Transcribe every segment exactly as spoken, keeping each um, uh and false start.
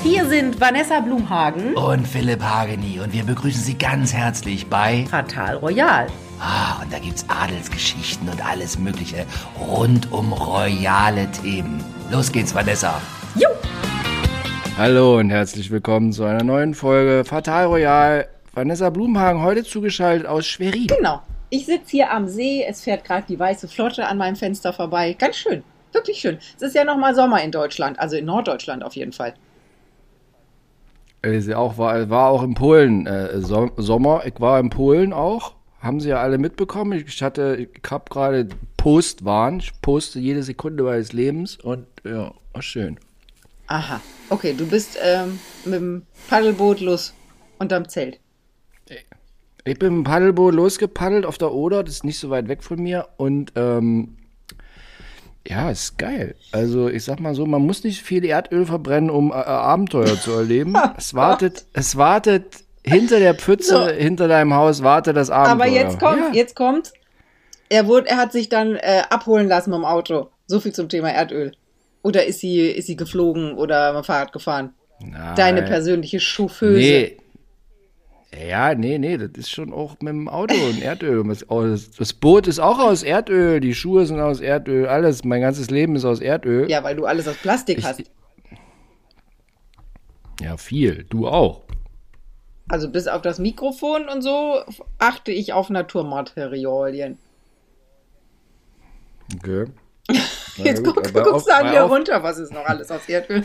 Hier sind Vanessa Blumhagen und Philipp Hageni und wir begrüßen Sie ganz herzlich bei Fatal Royal. Ah, und da gibt's Adelsgeschichten und alles Mögliche rund um royale Themen. Los geht's, Vanessa. Jo! Hallo und herzlich willkommen zu einer neuen Folge Fatal Royal. Vanessa Blumhagen, heute zugeschaltet aus Schwerin. Genau. Ich sitze hier am See, es fährt gerade die weiße Flotte an meinem Fenster vorbei. Ganz schön, wirklich schön. Es ist ja nochmal Sommer in Deutschland, also in Norddeutschland auf jeden Fall. Ich auch, war, war auch in Polen äh, so, Sommer, ich war in Polen auch, haben Sie ja alle mitbekommen. Ich hatte, ich habe gerade Postwahn, ich poste jede Sekunde meines Lebens und ja, war schön. Aha, okay, du bist ähm, mit dem Paddelboot los unterm Zelt. Ich bin mit dem Paddelboot losgepaddelt auf der Oder, das ist nicht so weit weg von mir und ähm, ja, ist geil. Also ich sag mal so, man muss nicht viel Erdöl verbrennen, um äh, Abenteuer zu erleben. Es wartet, es wartet hinter der Pfütze, so. Hinter deinem Haus wartet das Abenteuer. Aber jetzt kommt, ja. jetzt kommt, er wurde, er hat sich dann äh, abholen lassen mit dem Auto. So viel zum Thema Erdöl. Oder ist sie, ist sie geflogen oder mit dem Fahrrad gefahren? Nein. Deine persönliche Chauffeuse. Nee. Ja, nee, nee, das ist schon auch mit dem Auto und Erdöl. Das, das Boot ist auch aus Erdöl, die Schuhe sind aus Erdöl, alles, mein ganzes Leben ist aus Erdöl. Ja, weil du alles aus Plastik ich, hast. Ja, viel, du auch. Also bis auf das Mikrofon und so achte ich auf Naturmaterialien. Okay. Jetzt guck, guckst du an mir runter, was ist noch alles aus Erdöl?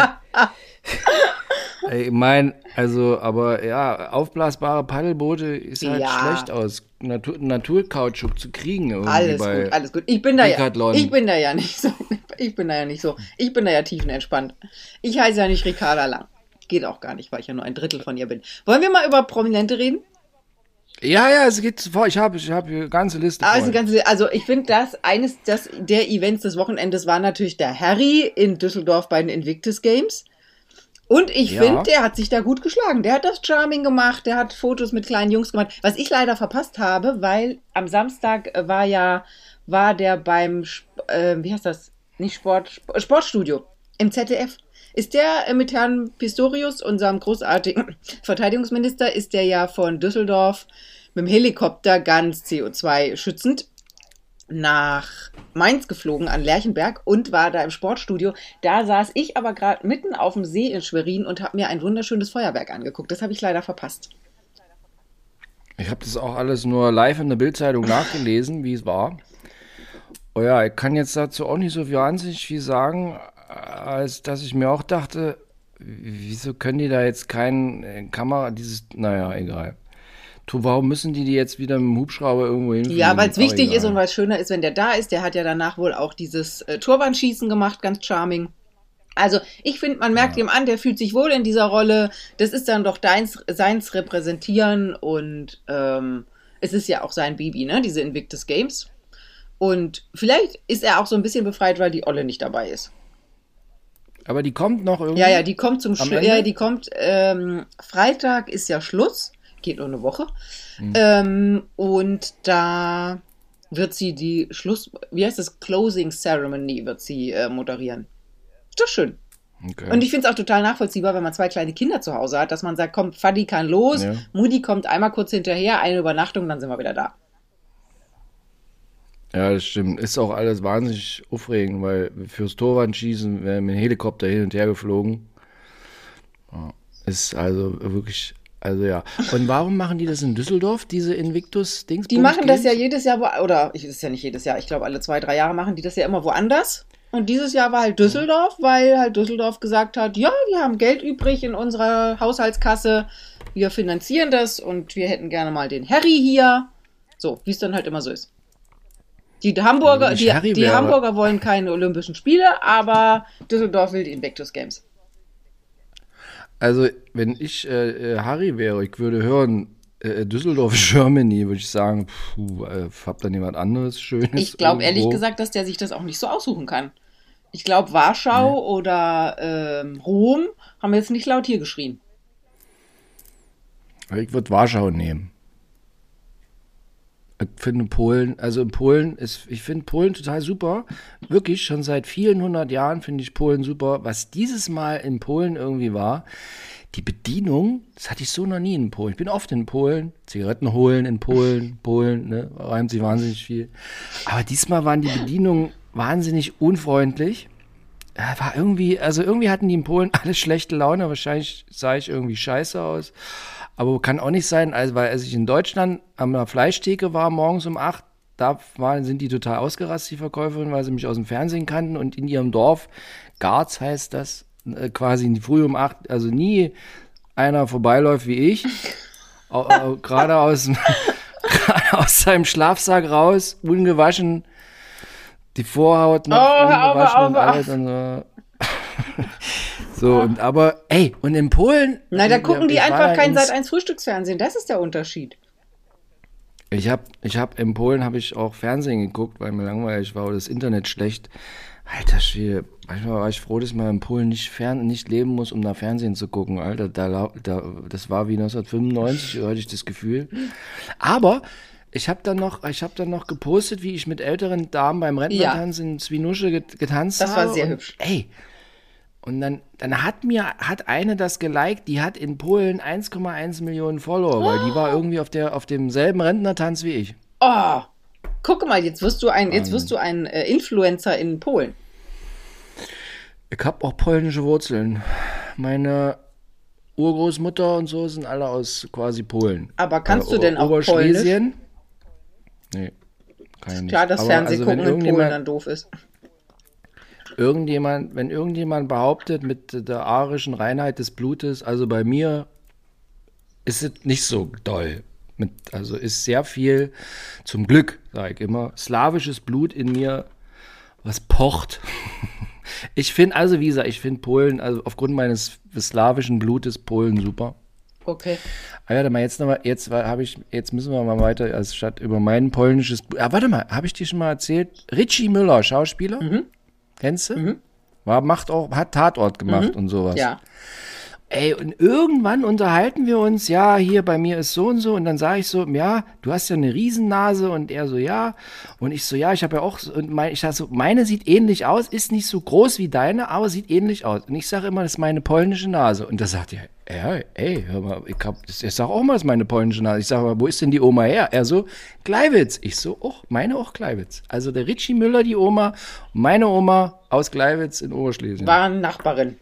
Ich meine, also, aber ja, aufblasbare Paddelboote ist halt ja. schlecht aus Natur, Naturkautschuk zu kriegen. Irgendwie alles bei gut, alles gut. Ich bin da ja, ich bin da ja nicht so, ich bin da ja nicht so, ich bin da ja tiefenentspannt. Ich heiße ja nicht Ricarda Lang. Geht auch gar nicht, weil ich ja nur ein Drittel von ihr bin. Wollen wir mal über Prominente reden? Ja, ja, es geht vor. Ich habe, ich habe eine ganze Liste. Also, ganze, also ich finde, das eines das, der Events des Wochenendes war natürlich der Harry in Düsseldorf bei den Invictus Games. Und ich ja. finde, der hat sich da gut geschlagen. Der hat das Charming gemacht, der hat Fotos mit kleinen Jungs gemacht. Was ich leider verpasst habe, weil am Samstag war ja, war der beim, äh, wie heißt das? Nicht Sport, Sportstudio im Z D F. Ist der äh, mit Herrn Pistorius, unserem großartigen Verteidigungsminister, ist der ja von Düsseldorf mit dem Helikopter ganz C O zwei schützend nach Mainz geflogen an Lerchenberg und war da im Sportstudio. Da saß ich aber gerade mitten auf dem See in Schwerin und habe mir ein wunderschönes Feuerwerk angeguckt. Das habe ich leider verpasst. Ich habe das auch alles nur live in der Bildzeitung nachgelesen, wie es war. Oh ja, ich kann jetzt dazu auch nicht so wahnsinnig viel sagen, als dass ich mir auch dachte, wieso können die da jetzt kein Kamera, dieses, naja, egal. Du, warum müssen die die jetzt wieder mit dem Hubschrauber irgendwo hinfliegen? Ja, weil es wichtig egal. ist und weil es schöner ist, wenn der da ist. Der hat ja danach wohl auch dieses äh, Turbanschießen gemacht, ganz charming. Also ich finde, man merkt ja. ihm an, der fühlt sich wohl in dieser Rolle. Das ist dann doch deins, seins repräsentieren und ähm, es ist ja auch sein Baby, ne, diese Invictus Games. Und vielleicht ist er auch so ein bisschen befreit, weil die Olle nicht dabei ist. Aber die kommt noch irgendwie? Ja, ja, die kommt zum Schluss. Ja, die kommt, ähm, Freitag ist ja Schluss. Geht nur eine Woche. Mhm. Ähm, und da wird sie die Schluss, wie heißt das, Closing Ceremony wird sie äh, moderieren. Ist doch schön. Okay. Und ich finde es auch total nachvollziehbar, wenn man zwei kleine Kinder zu Hause hat, dass man sagt, komm, Fadi kann los, ja. Mutti kommt einmal kurz hinterher, eine Übernachtung, dann sind wir wieder da. Ja, das stimmt. Ist auch alles wahnsinnig aufregend, weil fürs Torwandschießen werden mit dem Helikopter hin und her geflogen. Ist also wirklich... Also ja. Und warum machen die das in Düsseldorf, diese Invictus-Dings? Die machen das ja jedes Jahr, wo, oder ich, das ist ja nicht jedes Jahr, ich glaube alle zwei, drei Jahre machen die das ja immer woanders. Und dieses Jahr war halt Düsseldorf, weil halt Düsseldorf gesagt hat, ja, wir haben Geld übrig in unserer Haushaltskasse, wir finanzieren das und wir hätten gerne mal den Harry hier. So, wie es dann halt immer so ist. Die Hamburger, die, die Hamburger wollen keine Olympischen Spiele, aber Düsseldorf will die Invictus Games. Also, wenn ich äh, Harry wäre, ich würde hören, äh, Düsseldorf, Germany, würde ich sagen, puh, äh, habt dann jemand anderes Schönes? Ich glaube ehrlich gesagt, dass der sich das auch nicht so aussuchen kann. Ich glaube, Warschau nee. oder ähm, Rom haben jetzt nicht laut hier geschrien. Ich würde Warschau nehmen. Ich finde Polen, also in Polen ist, ich finde Polen total super. Wirklich, schon seit vielen hundert Jahren finde ich Polen super. Was dieses Mal in Polen irgendwie war, die Bedienung, das hatte ich so noch nie in Polen. Ich bin oft in Polen, Zigaretten holen in Polen, Polen, ne, reimt sich wahnsinnig viel. Aber diesmal waren die Bedienungen wahnsinnig unfreundlich. Ja, war irgendwie, also irgendwie hatten die in Polen alle schlechte Laune. Wahrscheinlich sah ich irgendwie scheiße aus. Aber kann auch nicht sein, also, weil als ich in Deutschland an der Fleischtheke war, morgens um acht, da waren, sind die total ausgerastet, die Verkäuferin, weil sie mich aus dem Fernsehen kannten. Und in ihrem Dorf, Garz heißt das, äh, quasi früh um acht, also nie einer vorbeiläuft wie ich, äh, gerade aus, gerade aus seinem Schlafsack raus, ungewaschen, die Vorhaut noch oh, ungewaschen aber, und aber. alles und so. So, und aber, ey, und in Polen... Nein, da gucken die einfach kein ins, Sat eins Frühstücksfernsehen, das ist der Unterschied. Ich hab, ich hab, in Polen habe ich auch Fernsehen geguckt, weil mir langweilig war oder das Internet schlecht. Alter Schwede, manchmal war ich froh, dass man in Polen nicht, fern, nicht leben muss, um da Fernsehen zu gucken, Alter. Da, da, das war wie neunzehnhundertfünfundneunzig, hatte ich das Gefühl. Aber... Ich habe dann noch, ich habe dann noch gepostet, wie ich mit älteren Damen beim Rentnertanz ja. in Swinusche get, getanzt habe. Das war sehr und, hübsch. Ey, und dann, dann hat mir, hat eine das geliked, die hat in Polen eins Komma eins Millionen Follower, oh. weil die war irgendwie auf der, auf demselben Rentnertanz wie ich. Oh, guck mal, jetzt wirst du ein, jetzt wirst du ein äh, Influencer in Polen. Ich habe auch polnische Wurzeln. Meine Urgroßmutter und so sind alle aus quasi Polen. Aber kannst äh, du denn auch Polnisch? Nee, kann ich nicht. Klar, dass Aber Fernsehgucken also, in Polen dann doof ist. Irgendjemand, wenn irgendjemand behauptet, mit der arischen Reinheit des Blutes, also bei mir ist es nicht so doll. Mit, also ist sehr viel, zum Glück, sage ich immer, slawisches Blut in mir, was pocht. Ich finde, also wie gesagt, ich finde Polen, also aufgrund meines slawischen Blutes, Polen super. Okay. Ah ja, mal jetzt noch mal, jetzt habe ich, jetzt müssen wir mal weiter, also statt über mein polnisches, ah, warte mal, habe ich dir schon mal erzählt? Richie Müller, Schauspieler, mhm. kennst du? Mhm. War, macht auch, hat Tatort gemacht mhm. und sowas. Ja. Ey, und irgendwann unterhalten wir uns, ja, hier bei mir ist so und so, und dann sage ich so, ja, du hast ja eine Riesennase, und er so, ja, und ich so, ja, ich habe ja auch, so, und mein, ich sag so, meine sieht ähnlich aus, ist nicht so groß wie deine, aber sieht ähnlich aus. Und ich sage immer, das ist meine polnische Nase. Und da sagt er, ja, ey, hör mal, ich, hab, ich sag auch mal, das ist meine polnische Nase. Ich sage mal, wo ist denn die Oma her? Er so, Gleiwitz. Ich so, oh, meine auch Gleiwitz. Also der Richie Müller, die Oma, meine Oma aus Gleiwitz in Oberschlesien. Waren Nachbarin.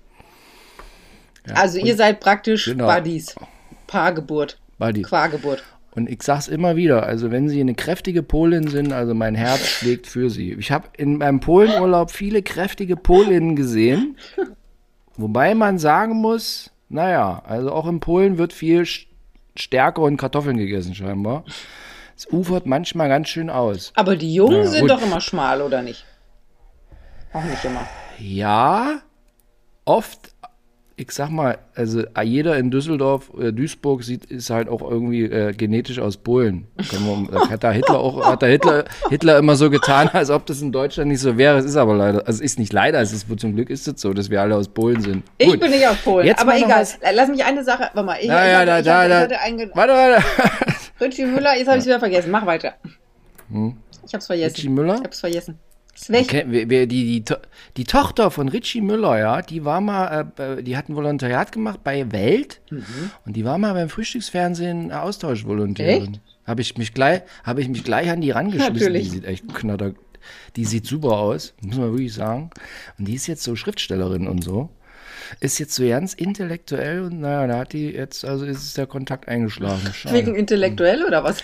Ja, also ihr seid praktisch genau. Buddies. Paargeburt. Buddy. Quargeburt. Und ich sag's immer wieder, also wenn Sie eine kräftige Polin sind, also mein Herz schlägt für Sie. Ich habe in meinem Polenurlaub viele kräftige Polinnen gesehen, wobei man sagen muss, naja, also auch in Polen wird viel Stärke und Kartoffeln gegessen scheinbar. Es ufert manchmal ganz schön aus. Aber die Jungen naja, sind gut. doch immer schmal, oder nicht? Auch nicht immer. Ja, oft. Ich sag mal, also jeder in Düsseldorf, äh, Duisburg sieht, ist halt auch irgendwie äh, genetisch aus Polen. Wir, hat da Hitler auch, hat da Hitler, Hitler immer so getan, als ob das in Deutschland nicht so wäre. Es ist aber leider, also ist nicht leider, es ist zum Glück ist es so, dass wir alle aus Polen sind. Ich Gut. bin nicht aus Polen, Jetzt aber egal. Was. Lass mich eine Sache, warte mal. Ich, Na, ich, ja, ich, da, ich, da, ich, da. hatte einen, Warte, warte. Richie Müller, jetzt habe ich es wieder vergessen. Mach weiter. Hm? Ich hab's vergessen. Richie Müller? Ich hab's vergessen. Okay, wer, wer, die, die, to- die Tochter von Richie Müller, ja, die war mal, äh, die hat ein Volontariat gemacht bei Welt mhm. und die war mal beim Frühstücksfernsehen Austauschvolontärin. Habe ich mich gleich, habe ich mich gleich an die rangeschmissen. Natürlich. Die sieht echt knatter, die sieht super aus, muss man wirklich sagen. Und die ist jetzt so Schriftstellerin und so. Ist jetzt so ganz intellektuell und naja, da hat die jetzt, also ist der Kontakt eingeschlafen. Schade. wegen intellektuell oder was?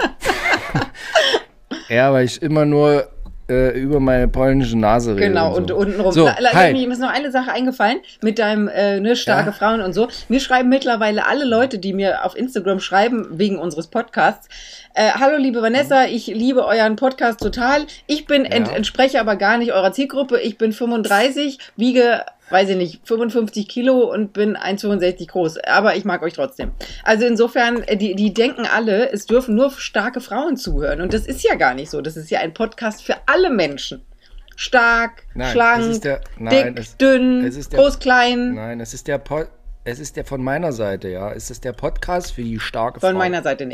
Ja, weil ich immer nur über meine polnische Nase rede. Genau, und, so. und untenrum. So, La, la, halt. Mir ist noch eine Sache eingefallen mit deinem äh, ne, starke ja. Frauen und so. Mir schreiben mittlerweile alle Leute, die mir auf Instagram schreiben, wegen unseres Podcasts. Äh, Hallo, liebe Vanessa, ich liebe euren Podcast total. Ich bin, ja. ent, entspreche aber gar nicht eurer Zielgruppe. Ich bin fünfunddreißig, wiege, weiß ich nicht, fünfundfünfzig Kilo und bin eins Komma fünfundsechzig groß. Aber ich mag euch trotzdem. Also insofern, die, die denken alle, es dürfen nur starke Frauen zuhören. Und das ist ja gar nicht so. Das ist ja ein Podcast für alle Menschen. Stark, nein, schlank, der, nein, dick, es, dünn, es ist der, groß, klein. Nein, es ist der Pod, es ist der von meiner Seite, ja. Es ist der Podcast für die starke Frau. Von meiner Seite nicht.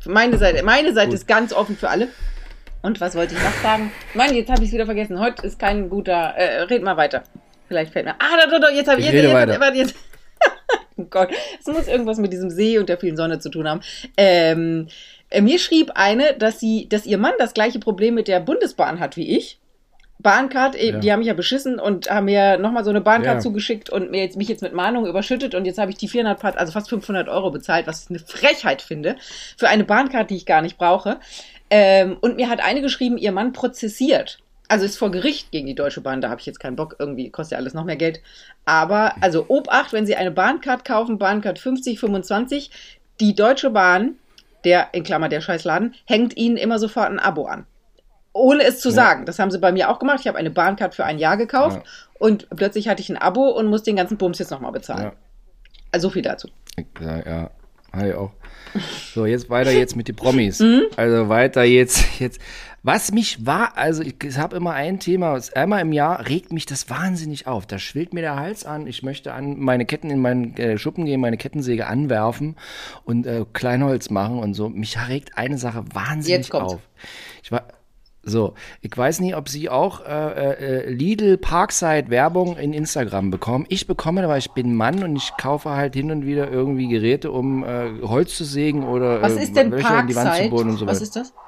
Meine Seite, meine Seite ist ganz offen für alle. Und was wollte ich noch sagen? Mann, jetzt habe ich es wieder vergessen. Heute ist kein guter. Äh, red mal weiter. Vielleicht fällt mir. Ah, da, da, da, jetzt habe ich. Ich Jetzt, rede jetzt, weiter. jetzt, jetzt. Oh Gott, es muss irgendwas mit diesem See und der vielen Sonne zu tun haben. Ähm, äh, mir schrieb eine, dass sie, dass ihr Mann das gleiche Problem mit der Bundesbahn hat wie ich. Bahncard, ja. Die haben mich ja beschissen und haben mir nochmal so eine Bahncard ja. zugeschickt und mir jetzt, mich jetzt mit Mahnungen überschüttet und jetzt habe ich die vierhundert, also fast fünfhundert Euro bezahlt, was ich eine Frechheit finde, für eine Bahncard, die ich gar nicht brauche. Ähm, und mir hat eine geschrieben, ihr Mann prozessiert. Also ist vor Gericht gegen die Deutsche Bahn, da habe ich jetzt keinen Bock, irgendwie kostet ja alles noch mehr Geld. Aber, also Obacht, wenn Sie eine Bahncard kaufen, Bahncard fünfzig, fünfundzwanzig, die Deutsche Bahn, der, in Klammer der Scheißladen, hängt Ihnen immer sofort ein Abo an. Ohne es zu ja. sagen. Das haben sie bei mir auch gemacht. Ich habe eine Bahncard für ein Jahr gekauft ja. und plötzlich hatte ich ein Abo und muss den ganzen Bums jetzt nochmal bezahlen. Ja. Also so viel dazu. Ja, ja. Hi auch. So, jetzt weiter jetzt mit den Promis. Mhm. Also weiter jetzt, jetzt. Was mich war, also ich, ich habe immer ein Thema, einmal im Jahr regt mich das wahnsinnig auf. Da schwillt mir der Hals an. Ich möchte an meine Ketten in meinen äh, Schuppen gehen, meine Kettensäge anwerfen und äh, Kleinholz machen und so. Mich regt eine Sache wahnsinnig auf. Ich war So, ich weiß nicht, ob Sie auch äh, äh, Lidl Parkside Werbung in Instagram bekommen. Ich bekomme, weil ich bin Mann und ich kaufe halt hin und wieder irgendwie Geräte, um äh, Holz zu sägen oder Was ist denn äh, Löcher in die Wand zu bohren und so weiter. Was ist das?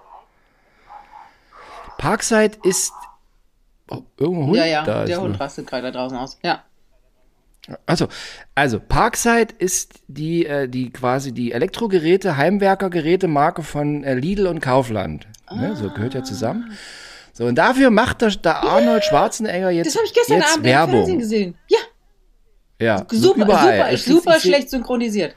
Parkside ist oh, irgendein Hund. Ja, ja, da der ist, Hund ne? rastet gerade da draußen aus. Ja. Also, also Parkside ist die, äh, die quasi die Elektrogeräte, Heimwerkergeräte-Marke von äh, Lidl und Kaufland. Ah. Ne, so gehört ja zusammen. So, und dafür macht der, der Arnold Schwarzenegger jetzt, das habe ich gestern jetzt Abend Werbung. im Fernsehen gesehen. Ja. Ja, super, überall. super, super ich, schlecht synchronisiert.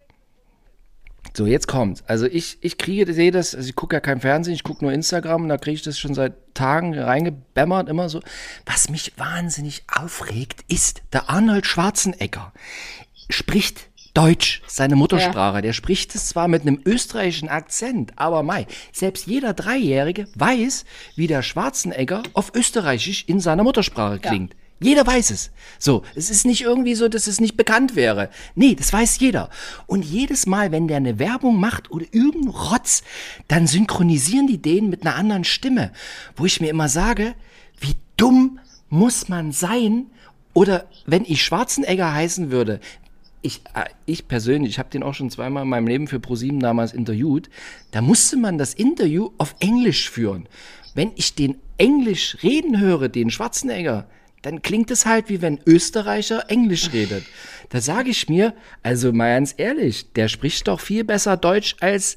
So, jetzt kommt's. Also ich, ich kriege, sehe das, also ich gucke ja kein Fernsehen, ich gucke nur Instagram und da kriege ich das schon seit Tagen reingebämmert, immer so. Was mich wahnsinnig aufregt, ist, der Arnold Schwarzenegger spricht Deutsch, seine Muttersprache. Ja. Der spricht es zwar mit einem österreichischen Akzent, aber mei, selbst jeder Dreijährige weiß, wie der Schwarzenegger auf Österreichisch in seiner Muttersprache klingt. Ja. Jeder weiß es. So, es ist nicht irgendwie so, dass es nicht bekannt wäre. Nee, das weiß jeder. Und jedes Mal, wenn der eine Werbung macht oder irgendeinen Rotz, dann synchronisieren die den mit einer anderen Stimme. Wo ich mir immer sage, wie dumm muss man sein? Oder wenn ich Schwarzenegger heißen würde, ich, ich persönlich, ich habe den auch schon zweimal in meinem Leben für ProSieben damals interviewt, da musste man das Interview auf Englisch führen. Wenn ich den Englisch reden höre, den Schwarzenegger, dann klingt es halt, wie wenn Österreicher Englisch redet. Da sage ich mir, also mal ganz ehrlich, der spricht doch viel besser Deutsch als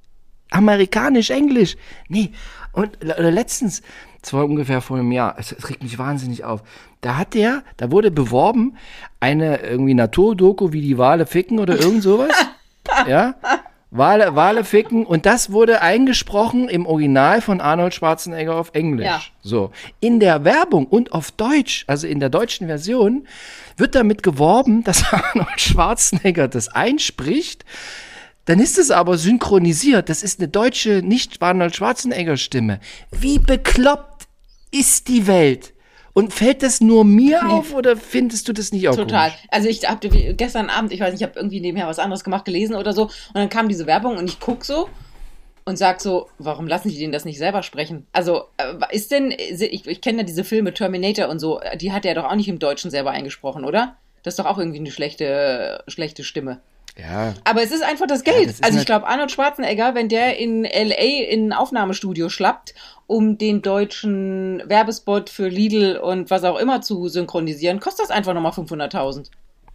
amerikanisch-englisch. Nee, und letztens, das war ungefähr vor einem Jahr, es, es regt mich wahnsinnig auf, da hat der, da wurde beworben, eine irgendwie Naturdoku, wie die Wale ficken oder irgend sowas, ja, Wale, Wale ficken und das wurde eingesprochen im Original von Arnold Schwarzenegger auf Englisch. Ja. So. In der Werbung und auf Deutsch, also in der deutschen Version, wird damit geworben, dass Arnold Schwarzenegger das einspricht. Dann ist es aber synchronisiert. Das ist eine deutsche, nicht Arnold Schwarzenegger Stimme. Wie bekloppt ist die Welt? Und fällt das nur mir nee. auf oder findest du das nicht auch Total. Komisch? Also ich habe gestern Abend, ich weiß nicht, ich habe irgendwie nebenher was anderes gemacht, gelesen oder so. Und dann kam diese Werbung und ich guck so und sag so, warum lassen die den das nicht selber sprechen? Also ist denn, ich, ich kenne ja diese Filme Terminator und so, die hat er doch auch nicht im Deutschen selber eingesprochen, oder? Das ist doch auch irgendwie eine schlechte, schlechte Stimme. Ja. Aber es ist einfach das Geld. Ja, das also ich halt glaube, Arnold Schwarzenegger, wenn der in L A in ein Aufnahmestudio schlappt, um den deutschen Werbespot für Lidl und was auch immer zu synchronisieren, kostet das einfach nochmal fünfhunderttausend.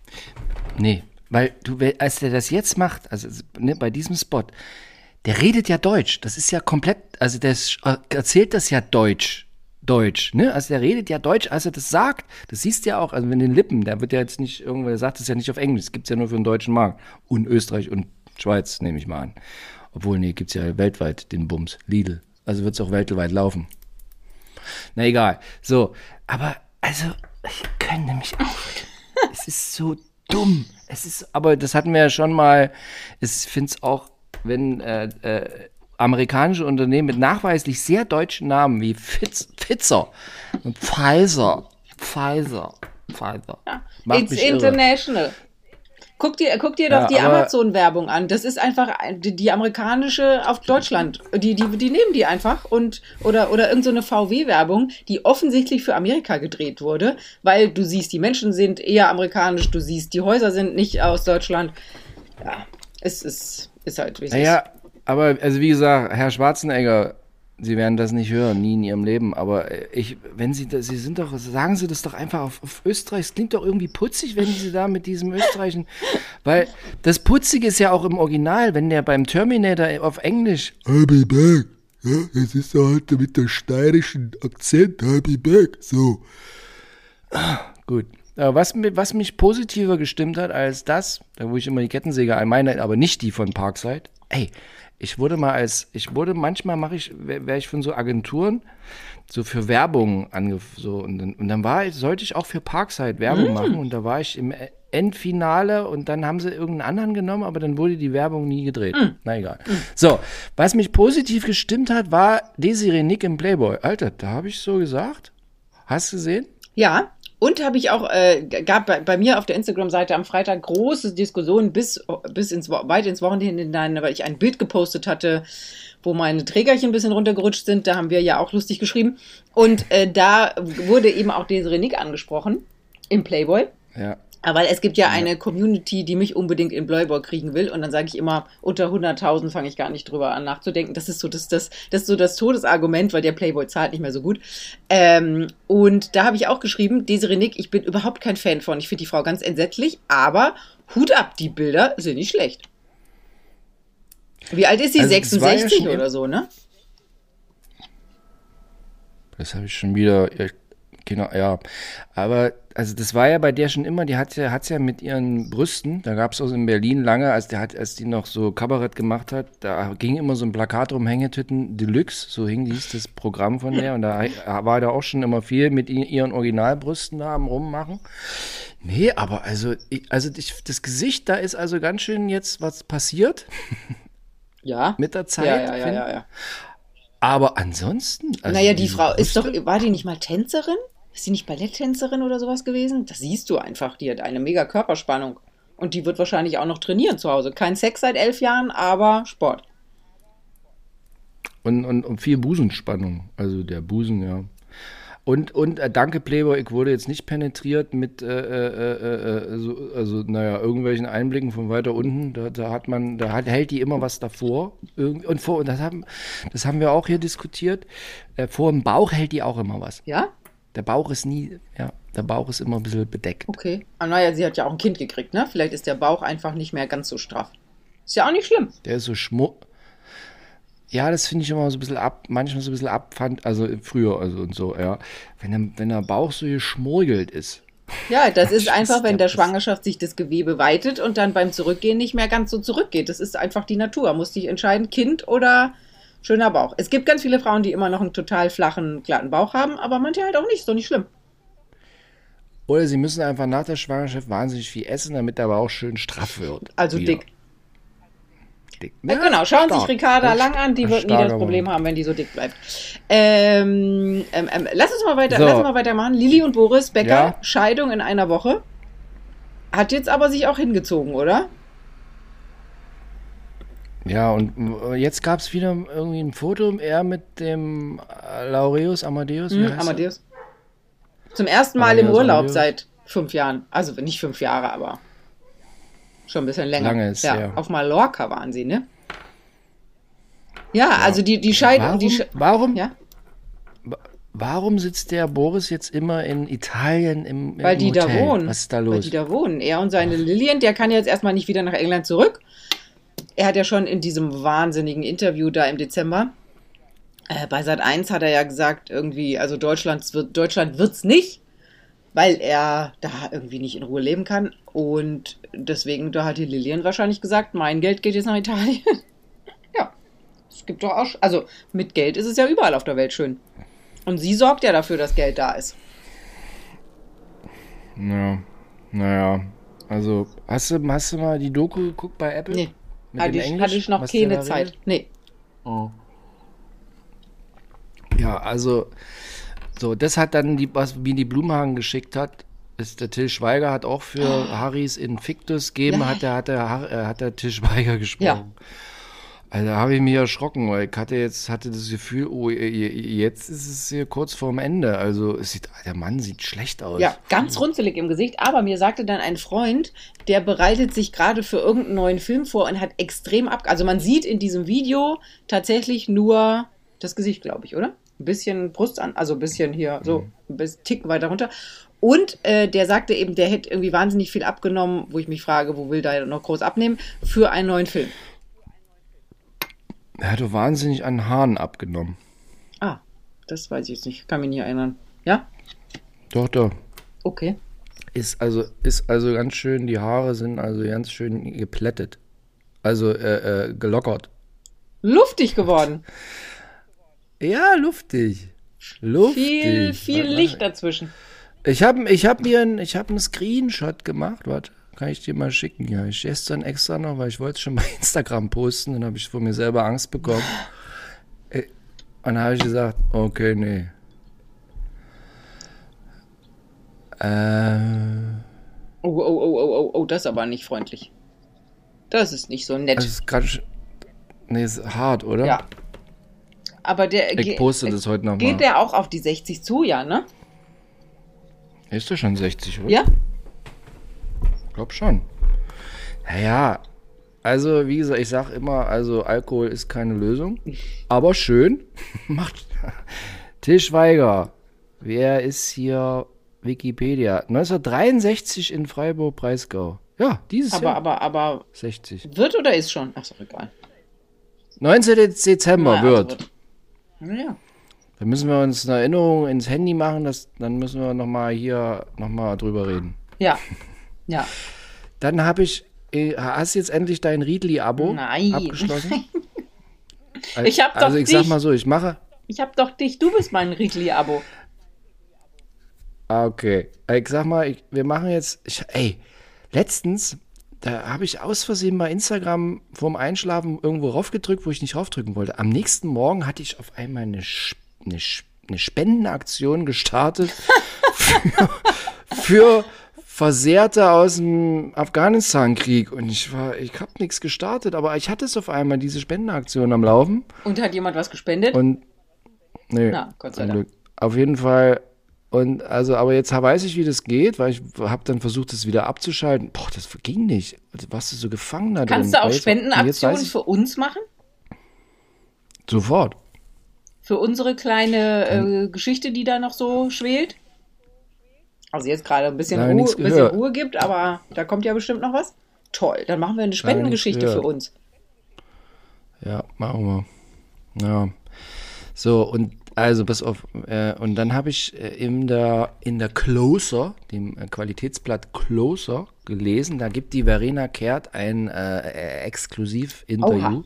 Nee, weil du, als der das jetzt macht, also ne, bei diesem Spot, der redet ja Deutsch. Das ist ja komplett, also der erzählt das ja Deutsch. Deutsch, ne? Also der redet ja Deutsch, als er das sagt. Das siehst du ja auch, also wenn den Lippen, der wird ja jetzt nicht irgendwo, der sagt es ja nicht auf Englisch, das gibt's ja nur für den deutschen Markt. Und Österreich und Schweiz, nehme ich mal an. Obwohl, nee, gibt's ja weltweit den Bums, Lidl. Also wird's auch weltweit laufen. Na egal. So, aber, also, ich könnte mich auch. Es ist so dumm. Es ist, aber das hatten wir ja schon mal, ich finde es auch, wenn, äh, äh, amerikanische Unternehmen mit nachweislich sehr deutschen Namen wie Pfiz, Pfizer und Pfizer, Pfizer, Pfizer. Ja. It's international. Guck dir, guck dir Ja, doch die aber- Amazon-Werbung an. Das ist einfach die, die amerikanische auf Deutschland. Die, die, die nehmen die einfach und oder, oder irgend so eine V W-Werbung, die offensichtlich für Amerika gedreht wurde, weil du siehst, die Menschen sind eher amerikanisch, du siehst, die Häuser sind nicht aus Deutschland. Ja, es ist, ist halt wie es Naja, ist. aber also wie gesagt, Herr Schwarzenegger, Sie werden das nicht hören, nie in Ihrem Leben, aber ich, wenn Sie das, Sie sind doch, sagen Sie das doch einfach auf, auf Österreich, es klingt doch irgendwie putzig, wenn Sie da mit diesem Österreichischen, weil das Putzige ist ja auch im Original, wenn der beim Terminator auf Englisch I'll be back. Ja, es ist so halt mit der steirischen Akzent, I'll be back. So. Gut. Aber was, mi- was mich positiver gestimmt hat als das, da wo ich immer die Kettensäge meine, aber nicht die von Parkside. Ey, ich wurde mal als, ich wurde, manchmal mache ich, wäre ich von so Agenturen so für Werbung ange, so und dann, und dann war ich, sollte ich auch für Parkside Werbung machen und da war ich im E- Endfinale und dann haben sie irgendeinen anderen genommen, aber dann wurde die Werbung nie gedreht. Na egal. So, was mich positiv gestimmt hat, war Desiree Nick im Playboy. Alter, da habe ich so gesagt. Hast du gesehen? Ja, und habe ich auch, äh, gab bei, bei mir auf der Instagram-Seite am Freitag große Diskussionen bis, bis ins, Wo- weit ins Wochenende hinein, weil ich ein Bild gepostet hatte, wo meine Trägerchen ein bisschen runtergerutscht sind. Da haben wir ja auch lustig geschrieben. Und äh, da wurde eben auch Desiree Nick angesprochen im Playboy. Ja. Aber weil es gibt ja eine Community, die mich unbedingt in Playboy kriegen will. Und dann sage ich immer, unter hunderttausend fange ich gar nicht drüber an nachzudenken. Das ist so das, das, das ist so das Todesargument, weil der Playboy zahlt nicht mehr so gut. Ähm, und da habe ich auch geschrieben, Desiree Nick, ich bin überhaupt kein Fan von. Ich finde die Frau ganz entsetzlich, aber Hut ab, die Bilder sind nicht schlecht. Wie alt ist sie? Also, das war ja sechsundsechzig schon- oder so, ne? Das habe ich schon wieder, ja, genau, ja. Aber, also das war ja bei der schon immer, die hat ja, hat's ja mit ihren Brüsten, da gab es auch in Berlin lange, als, der hat, als die noch so Kabarett gemacht hat, da ging immer so ein Plakat rum, Hängetitten Deluxe, so hing hieß das Programm von der und da war da auch schon immer viel mit i- ihren Originalbrüsten da am Rummachen. Nee, aber also, ich, also ich, das Gesicht, da ist also ganz schön jetzt was passiert Ja. mit der Zeit. Ja, ja, ja, find- ja, ja. Aber ansonsten. Also Naja, die diese Frau ist doch, Brüste- war die nicht mal Tänzerin? Ist die nicht Balletttänzerin oder sowas gewesen? Das siehst du einfach, die hat eine mega Körperspannung. Und die wird wahrscheinlich auch noch trainieren zu Hause. Kein Sex seit elf Jahren, aber Sport. Und, und, und viel Busenspannung. Also der Busen, ja. Und, und äh, danke Playboy, ich wurde jetzt nicht penetriert mit, äh, äh, äh, äh, so, also naja, irgendwelchen Einblicken von weiter unten. Da, da hat man, da hat, hält die immer was davor. Irgend- Und vor, und das haben, das haben wir auch hier diskutiert. Äh, vor dem Bauch hält die auch immer was. Ja? Der Bauch ist nie, ja, der Bauch ist immer ein bisschen bedeckt. Okay. Ah, naja, sie hat ja auch ein Kind gekriegt, ne? Vielleicht ist der Bauch einfach nicht mehr ganz so straff. Ist ja auch nicht schlimm. Der ist so schmu. Ja, das finde ich immer so ein bisschen ab, manchmal so ein bisschen abfand, also früher, also und so, ja. Wenn der, wenn der Bauch so geschmorgelt ist. Ja, das ist Ach, einfach, Scheiße, wenn der das- Schwangerschaft sich das Gewebe weitet und dann beim Zurückgehen nicht mehr ganz so zurückgeht. Das ist einfach die Natur. Muss dich entscheiden, Kind oder schöner Bauch. Es gibt ganz viele Frauen, die immer noch einen total flachen, glatten Bauch haben, aber manche halt auch nicht. Ist doch nicht schlimm. Oder sie müssen einfach nach der Schwangerschaft wahnsinnig viel essen, damit der Bauch schön straff wird. Also Wieder. dick. Dick. Ja, genau, schauen stark. sich Ricarda Ein lang an, die st- wird nie das starker Problem Mann. haben, wenn die so dick bleibt. Ähm, ähm, ähm, lass uns mal weiter, So. lass uns mal weitermachen. Lilly und Boris Becker, Ja. Scheidung in einer Woche. Hat jetzt aber sich auch hingezogen, oder? Ja, und äh, jetzt gab es wieder irgendwie ein Foto, er mit dem äh, Laureus Amadeus. wie Hm, heißt er? Amadeus. Zum ersten Mal im Amadeus, Urlaub Amadeus. seit fünf Jahren. Also nicht fünf Jahre, aber schon ein bisschen länger. Lange ist ja, her. auf Mallorca waren sie, ne? Ja, also die, die Scheidung. Warum, Die Sche warum, ja? warum sitzt der Boris jetzt immer in Italien im, im Weil die Hotel? da wohnen. Was ist da Weil los? die da wohnen. Er und seine Lillian, der kann jetzt erstmal nicht wieder nach England zurück. Er hat ja schon in diesem wahnsinnigen Interview da im Dezember, äh, bei Sat eins hat er ja gesagt, irgendwie, also Deutschland wird Deutschland wird's nicht, weil er da irgendwie nicht in Ruhe leben kann. Und deswegen, da hat die Lillian wahrscheinlich gesagt, mein Geld geht jetzt nach Italien. Ja, es gibt doch auch, also mit Geld ist es ja überall auf der Welt schön. Und sie sorgt ja dafür, dass Geld da ist. Ja, naja. Also, hast du, hast du mal die Doku geguckt bei Apple? Nee, Mit hatte dem ich, Englisch, hatte ich noch was der keine da Zeit. redet? Nee. Ja, also, so, das hat dann, die, was wie die Blumhagen geschickt hat, ist der Til Schweiger hat auch für oh. Harrys Invictus gegeben, ja. hat der, hat der, äh, hat der Til Schweiger gesprochen. Ja. Also da habe ich mich erschrocken, weil ich hatte jetzt hatte das Gefühl, oh, jetzt ist es hier kurz vorm Ende. Also es sieht, der Mann sieht schlecht aus. Ja, ganz runzelig im Gesicht. Aber mir sagte dann ein Freund, der bereitet sich gerade für irgendeinen neuen Film vor und hat extrem ab... Also man sieht in diesem Video tatsächlich nur das Gesicht, glaube ich, oder? Ein bisschen Brust an, also ein bisschen hier, so mhm. ein bisschen Ticken weiter runter. Und äh, der sagte eben, der hätte irgendwie wahnsinnig viel abgenommen, wo ich mich frage, wo will der noch groß abnehmen, für einen neuen Film. Er hatte wahnsinnig an Haaren abgenommen. Ah, das weiß ich jetzt nicht. Kann mich nicht erinnern. Ja? Doch, doch. Okay. Ist also, ist also ganz schön, die Haare sind also ganz schön geplättet. Also äh, äh, gelockert. Luftig geworden. Ja, luftig. Luftig. Viel, viel Licht dazwischen. Ich habe ich hab mir ein, ich hab einen Screenshot gemacht, warte. Kann ich dir mal schicken, ja. Ich gestern extra noch, weil ich wollte es schon bei Instagram posten, dann habe ich vor mir selber Angst bekommen. Und dann habe ich gesagt, okay, nee. Äh. Oh, oh, oh, oh, oh, oh, das ist aber nicht freundlich. Das ist nicht so nett. Das ist gerade, nee, ist hart, oder? Ja. Aber der ich poste das heute nochmal. Geht der auch auf die sechzig zu, ja, ne? Ist doch schon sechzig, oder? Ja. Ich glaube schon. Naja, also wie gesagt, ich sage immer, also Alkohol ist keine Lösung, aber schön. Macht Til Schweiger, wer ist hier Wikipedia? neunzehnhundertdreiundsechzig in Freiburg-Breisgau. Ja, dieses aber, Jahr. Aber, aber, aber. sechzig. Wird oder ist schon? Ach so, egal. neunzehnten Dezember Na, wird. Also wird. Ja. Dann müssen wir uns eine Erinnerung ins Handy machen, das, dann müssen wir nochmal hier nochmal drüber reden. Ja. Ja. Dann habe ich, hast du jetzt endlich dein Riedli-Abo abgeschlossen? Nein. Ich habe doch Also ich dich. sag mal so, ich mache... Ich habe doch dich, du bist mein Riedli-Abo. Ah, okay. Ich sag mal, ich, wir machen jetzt... Ich, ey, letztens, da habe ich aus Versehen bei Instagram vorm Einschlafen irgendwo raufgedrückt, wo ich nicht raufdrücken wollte. Am nächsten Morgen hatte ich auf einmal eine, eine, eine Spendenaktion gestartet für... für Versehrte aus dem Afghanistan-Krieg. Und ich war, ich habe nichts gestartet, aber ich hatte es auf einmal, diese Spendenaktion am Laufen. Und hat jemand was gespendet? Und, nee, Na, Gott sei Dank. Auf jeden Fall, und also, aber jetzt weiß ich, wie das geht, weil ich habe dann versucht, das wieder abzuschalten. Boah, das ging nicht. Also, warst du so gefangen da drin? Kannst du auch Spendenaktionen für uns machen? Sofort. Für unsere kleine äh, Geschichte, die da noch so schwelt? Also jetzt gerade ein bisschen, Ruhe, bisschen Ruhe gibt, aber da kommt ja bestimmt noch was. Toll, dann machen wir eine Spendengeschichte für uns. Ja, machen wir. Ja. So, und also pass auf, äh, und dann habe ich äh, in der in der Closer, dem äh, Qualitätsblatt Closer, gelesen, da gibt die Verena Kehrt ein äh, Exklusiv-Interview.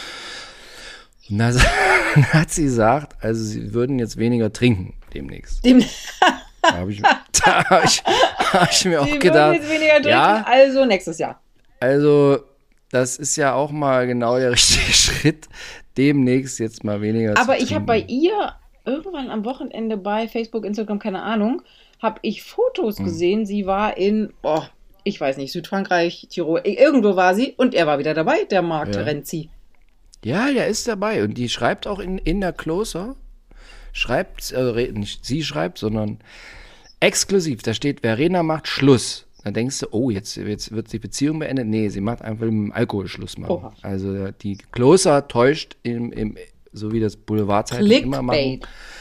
Und da hat sie gesagt, also sie würden jetzt weniger trinken demnächst. Dem Da habe ich, hab ich, hab ich mir auch Sie gedacht, jetzt weniger trinken, ja, also nächstes Jahr. Also das ist ja auch mal genau der richtige Schritt, demnächst jetzt mal weniger Aber zu trinken. ich habe bei ihr irgendwann am Wochenende bei Facebook, Instagram, keine Ahnung, habe ich Fotos mhm. gesehen. Sie war in, oh, ich weiß nicht, Südfrankreich, Tirol, irgendwo war sie und er war wieder dabei, der Marc ja. Terenzi. Ja, der ist dabei und die schreibt auch in, in der Closer, schreibt, also nicht sie schreibt, sondern exklusiv, da steht, Verena macht Schluss. Dann denkst du, oh, jetzt, jetzt wird die Beziehung beendet. Nee, sie macht einfach im Alkohol Schluss machen. Oha. Also die Closer täuscht, im, im, so wie das Boulevardzeitung immer machen.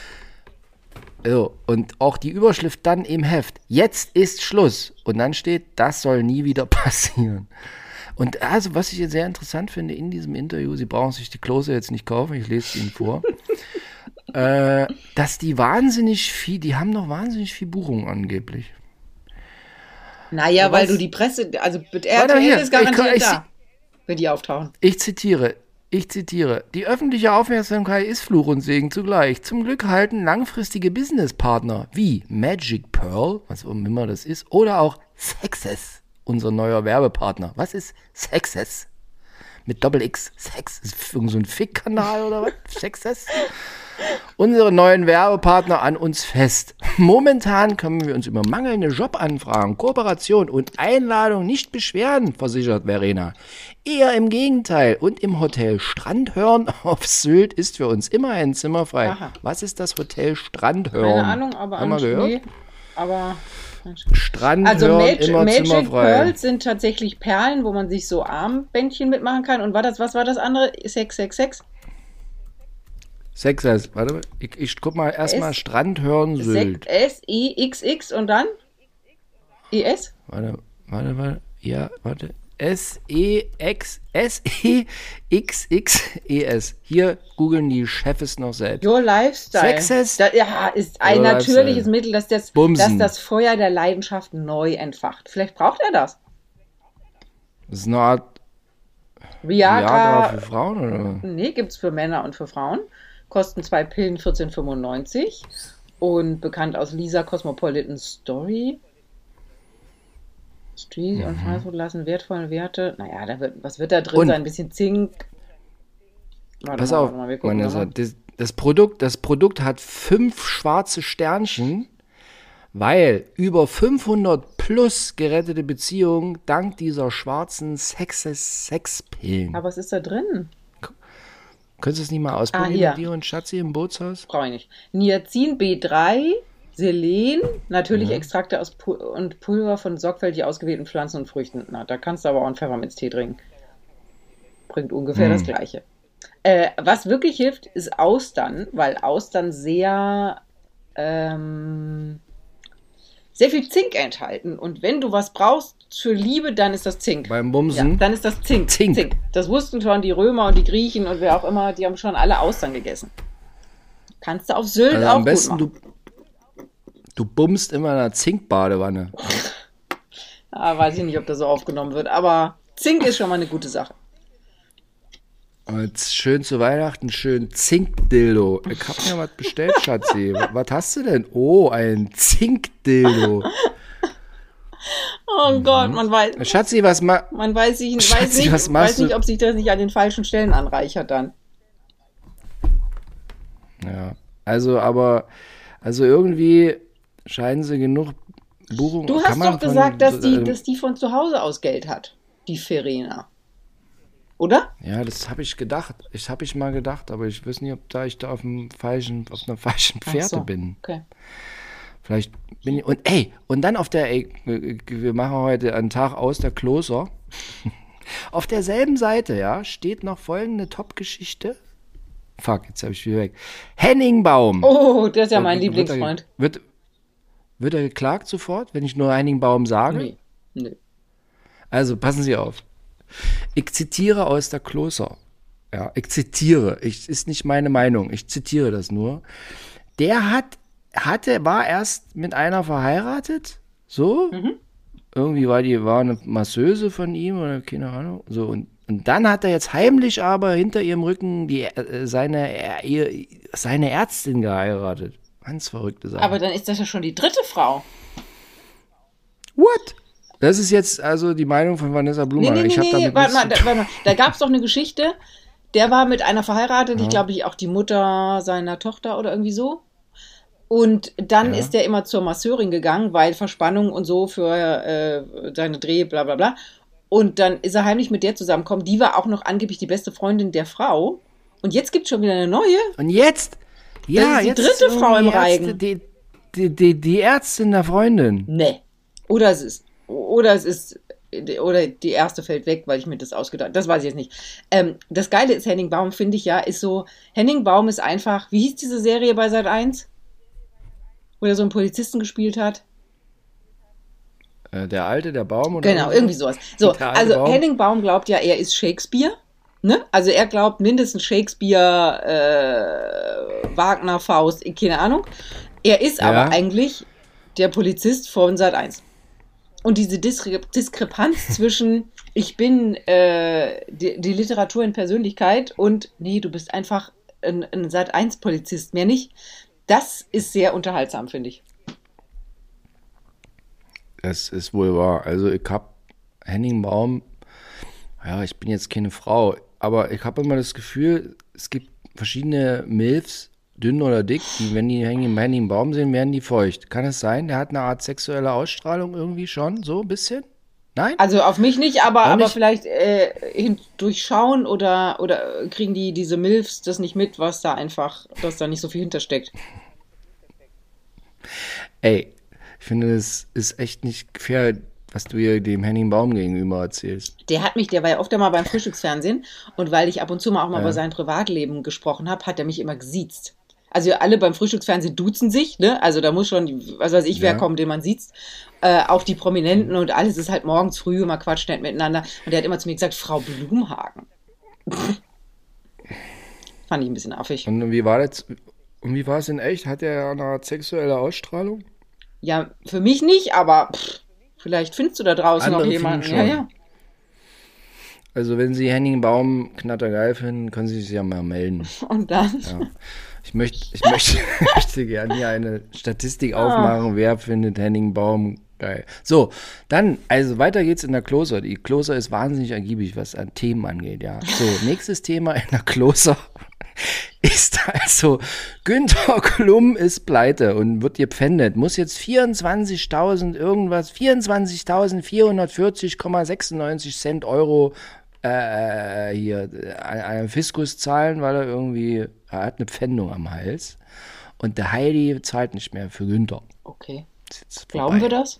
So, und auch die Überschrift dann im Heft, jetzt ist Schluss. Und dann steht, das soll nie wieder passieren. Und also, was ich jetzt sehr interessant finde in diesem Interview, Sie brauchen sich die Closer jetzt nicht kaufen, ich lese es Ihnen vor, äh, dass die wahnsinnig viel, die haben noch wahnsinnig viel Buchung angeblich. Naja, weil du die Presse, also R T L ist garantiert ich, ich, da, wenn die auftauchen. Ich zitiere, ich zitiere, die öffentliche Aufmerksamkeit ist Fluch und Segen zugleich. Zum Glück halten langfristige Businesspartner wie Magic Pearl, was auch immer das ist, oder auch Sexes, unser neuer Werbepartner. Was ist Sexes? mit Doppel-X. Sex. Ist das irgend so ein Fick-Kanal oder was? Sexes? Unsere neuen Werbepartner an uns fest. Momentan können wir uns über mangelnde Jobanfragen, Kooperation und Einladung nicht beschweren, versichert Verena. Eher im Gegenteil. Und im Hotel Strandhörn auf Sylt ist für uns immer ein Zimmer frei. Aha. Was ist das Hotel Strandhörn? Keine Ahnung, aber Haben wir gehört? Nee, aber Strandhörn, also Mag immer Magic zimmerfrei. Pearls sind tatsächlich Perlen, wo man sich so Armbändchen mitmachen kann. Und war das, was war das andere? Sex, Sex, Sex? Sexes, warte mal, ich, ich guck mal erstmal S- Strandhörn Sylt. S E X X und dann E S? Warte, warte, warte, ja, warte. S E X S E X X E S. Hier googeln die Chefs noch selbst. Your Lifestyle. Sexes? Da, ja, ist ein Your natürliches Lifestyle. Mittel, das das, Bumsen. das das Feuer der Leidenschaft neu entfacht. Vielleicht braucht er das. Das ist eine Art Viagra. Viagra für Frauen, oder? Nee, gibt es für Männer und für Frauen. Kosten zwei Pillen vierzehn fünfundneunzig. Und bekannt aus Lisa Cosmopolitan Story. Street Mhm. und Fastfood lassen wertvolle Werte. Naja, da wird, was wird da drin Und- sein? Ein bisschen Zink. Warte Pass mal, auf, warte mal, wir gucken Vanessa, nochmal. das, das, Produkt, das Produkt hat fünf schwarze Sternchen, weil über fünfhundert plus gerettete Beziehungen dank dieser schwarzen Sexes-Sexpillen. Aber was ist da drin? Könntest du es nicht mal ausprobieren Ah, hier. mit dir und Schatzi im Bootshaus? Brauche ich nicht. Niacin B drei, Selen, natürlich Extrakte aus Pu und Pulver von sorgfältig ausgewählten Pflanzen und Früchten. Na, da kannst du aber auch einen Pfefferminztee trinken. Bringt ungefähr das Gleiche. Äh, was wirklich hilft, ist Austern, weil Austern sehr, ähm, sehr viel Zink enthalten. Und wenn du was brauchst für Liebe, dann ist das Zink. Beim Ja, Bumsen? dann ist das Zink. Zink. Das wussten schon die Römer und die Griechen und wer auch immer, die haben schon alle Austern gegessen. Kannst du auf Sylt Also auch am besten, gut du, machen. du bummst immer in einer Zinkbadewanne. Ah, weiß ich nicht, ob das so aufgenommen wird, aber Zink ist schon mal eine gute Sache. Und jetzt schön zu Weihnachten, schön Zinkdildo. Ich hab mir was bestellt, Schatzi. Was hast du denn? Oh, ein Zinkdildo. Oh Gott, man weiß, Schatzi, was ma... man weiß, ich, weiß, Schatzi, nicht, was machst weiß nicht, du? ob sich das nicht an den falschen Stellen anreichert dann. Ja, also, aber... Also irgendwie scheinen sie genug Buchungen... Du Kann hast man doch von- gesagt, dass die, äh, dass die von zu Hause aus Geld hat, die Verena. Oder? Ja, das habe ich gedacht. Ich habe ich mal gedacht, aber ich weiß nicht, ob da ich da auf dem falschen, auf einer falschen Ach Fährte so, bin. Okay. Vielleicht bin ich. Und ey, und dann auf der, ey, wir machen heute einen Tag aus der Kloster. Auf derselben Seite, ja, steht noch folgende Top-Geschichte. Fuck, jetzt habe ich wieder weg. Henning Baum. Oh, der ist ja mein Wird- Lieblingsfreund. Wird, wird er geklagt sofort, wenn ich nur Henning Baum sage? Nee. Nee. Also passen Sie auf. Ich zitiere aus der Kloster. Ja, ich zitiere. Ich, ist nicht meine Meinung. Ich zitiere das nur. Der hat, hatte, war erst mit einer verheiratet. So. Irgendwie war die, war eine Masseuse von ihm oder keine Ahnung. So. Und, und dann hat er jetzt heimlich aber hinter ihrem Rücken die, äh, seine, äh, ihr, seine Ärztin geheiratet. Ganz verrückte Sache. Aber dann ist das ja schon die dritte Frau. What? Das ist jetzt also die Meinung von Vanessa Nee, Blumer. nee, nee, ich hab nee, damit warte nichts mal, zu da, warte mal. Da gab es doch eine Geschichte, der war mit einer verheiratet, ich glaube, ich auch die Mutter seiner Tochter oder irgendwie so. Und dann Ja. ist der immer zur Masseurin gegangen, weil Verspannung und so für äh, seine Dreh, bla bla bla. Und dann ist er heimlich mit der zusammengekommen. Die war auch noch angeblich die beste Freundin der Frau. Und jetzt gibt es schon wieder eine neue. Und jetzt? Ja, ist die jetzt dritte ist Frau im die Ärzte- Reigen. Die, die, die, die Ärztin der Freundin. Nee. Oder es ist, oder es ist, oder die erste fällt weg, weil ich mir das ausgedacht habe. Das weiß ich jetzt nicht. Ähm, das Geile ist, Henning Baum, finde ich ja, ist so, Henning Baum ist einfach, wie hieß diese Serie bei Sat eins? Wo er so einen Polizisten gespielt hat? Äh, der alte, der Baum oder Genau, irgendwie sowas. So, Der alte also Baum. Henning Baum glaubt ja, er ist Shakespeare. Ne? Also er glaubt mindestens Shakespeare, äh, Wagner, Faust, keine Ahnung. Er ist Ja. aber eigentlich der Polizist von Sat eins. Und diese Diskre Diskrepanz zwischen ich bin äh, die, die Literatur in Persönlichkeit und nee, du bist einfach ein, ein Sat eins Polizist, mehr nicht. Das ist sehr unterhaltsam, finde ich. Das ist wohl wahr. Also ich hab Henning Baum, ja, ich bin jetzt keine Frau, aber ich habe immer das Gefühl, es gibt verschiedene Milfs, dünn oder dick, die, wenn die hängen Henning im Baum sehen, werden die feucht. Kann es sein? Der hat eine Art sexuelle Ausstrahlung irgendwie schon, so ein bisschen? Nein? Also auf mich nicht, aber, Auch aber nicht? vielleicht äh, hin- durchschauen oder, oder kriegen die diese Milfs das nicht mit, was da einfach, dass da nicht so viel hintersteckt. Ey, ich finde, das ist echt nicht fair, was du hier dem Henning Baum gegenüber erzählst. Der hat mich, der war ja oft einmal beim Frühstücksfernsehen und weil ich ab und zu mal auch mal Ja. über sein Privatleben gesprochen habe, hat er mich immer gesiezt. Also alle beim Frühstücksfernsehen duzen sich, ne? Also da muss schon, was weiß ich, wer Ja. kommen, den man sieht. Äh, auch die Prominenten und alles ist halt morgens früh, man quatscht nicht miteinander. Und der hat immer zu mir gesagt, Frau Blumhagen. Fand ich ein bisschen affig. Und wie war das? Und wie war es in echt? Hat er eine Art sexuelle Ausstrahlung? Ja, für mich nicht, aber pff, vielleicht findest du da draußen Andere noch jemanden. finden Ja, schon. ja. Also wenn Sie Henning Baum knattergeil finden, können Sie sich ja mal melden. Und dann. Ja. Ich möchte, ich möchte, möchte gerne hier eine Statistik aufmachen, wer findet Henning Baum geil. So, dann, also weiter geht's in der Closer. Die Closer ist wahnsinnig ergiebig, was an Themen angeht, ja. So, nächstes Thema in der Closer ist also, Günther Klum ist pleite und wird gepfändet, muss jetzt vierundzwanzigtausend irgendwas, vierundzwanzigtausendvierhundertvierzig Komma sechsundneunzig Cent Euro äh, hier äh, einem Fiskus zahlen, weil er irgendwie, er hat eine Pfändung am Hals und der Heidi zahlt nicht mehr für Günther. Okay. Ist jetzt Glauben wir vorbei. das?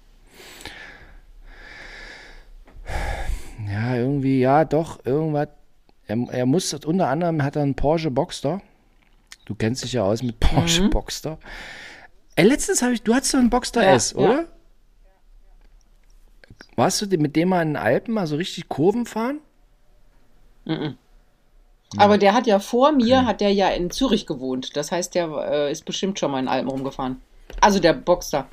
Ja, irgendwie, ja, doch, irgendwas. Er, er muss, unter anderem hat er einen Porsche Boxster. Du kennst dich ja aus mit Porsche Mhm. Boxster. Ey, letztens habe ich, du hattest doch einen Boxster Ja, S, ja. oder? Warst du mit dem mal in den Alpen mal so richtig Kurven fahren? Aber der hat ja vor mir, hat der ja in Zürich gewohnt. Das heißt, der äh, ist bestimmt schon mal in Alpen rumgefahren. Also der Boxer.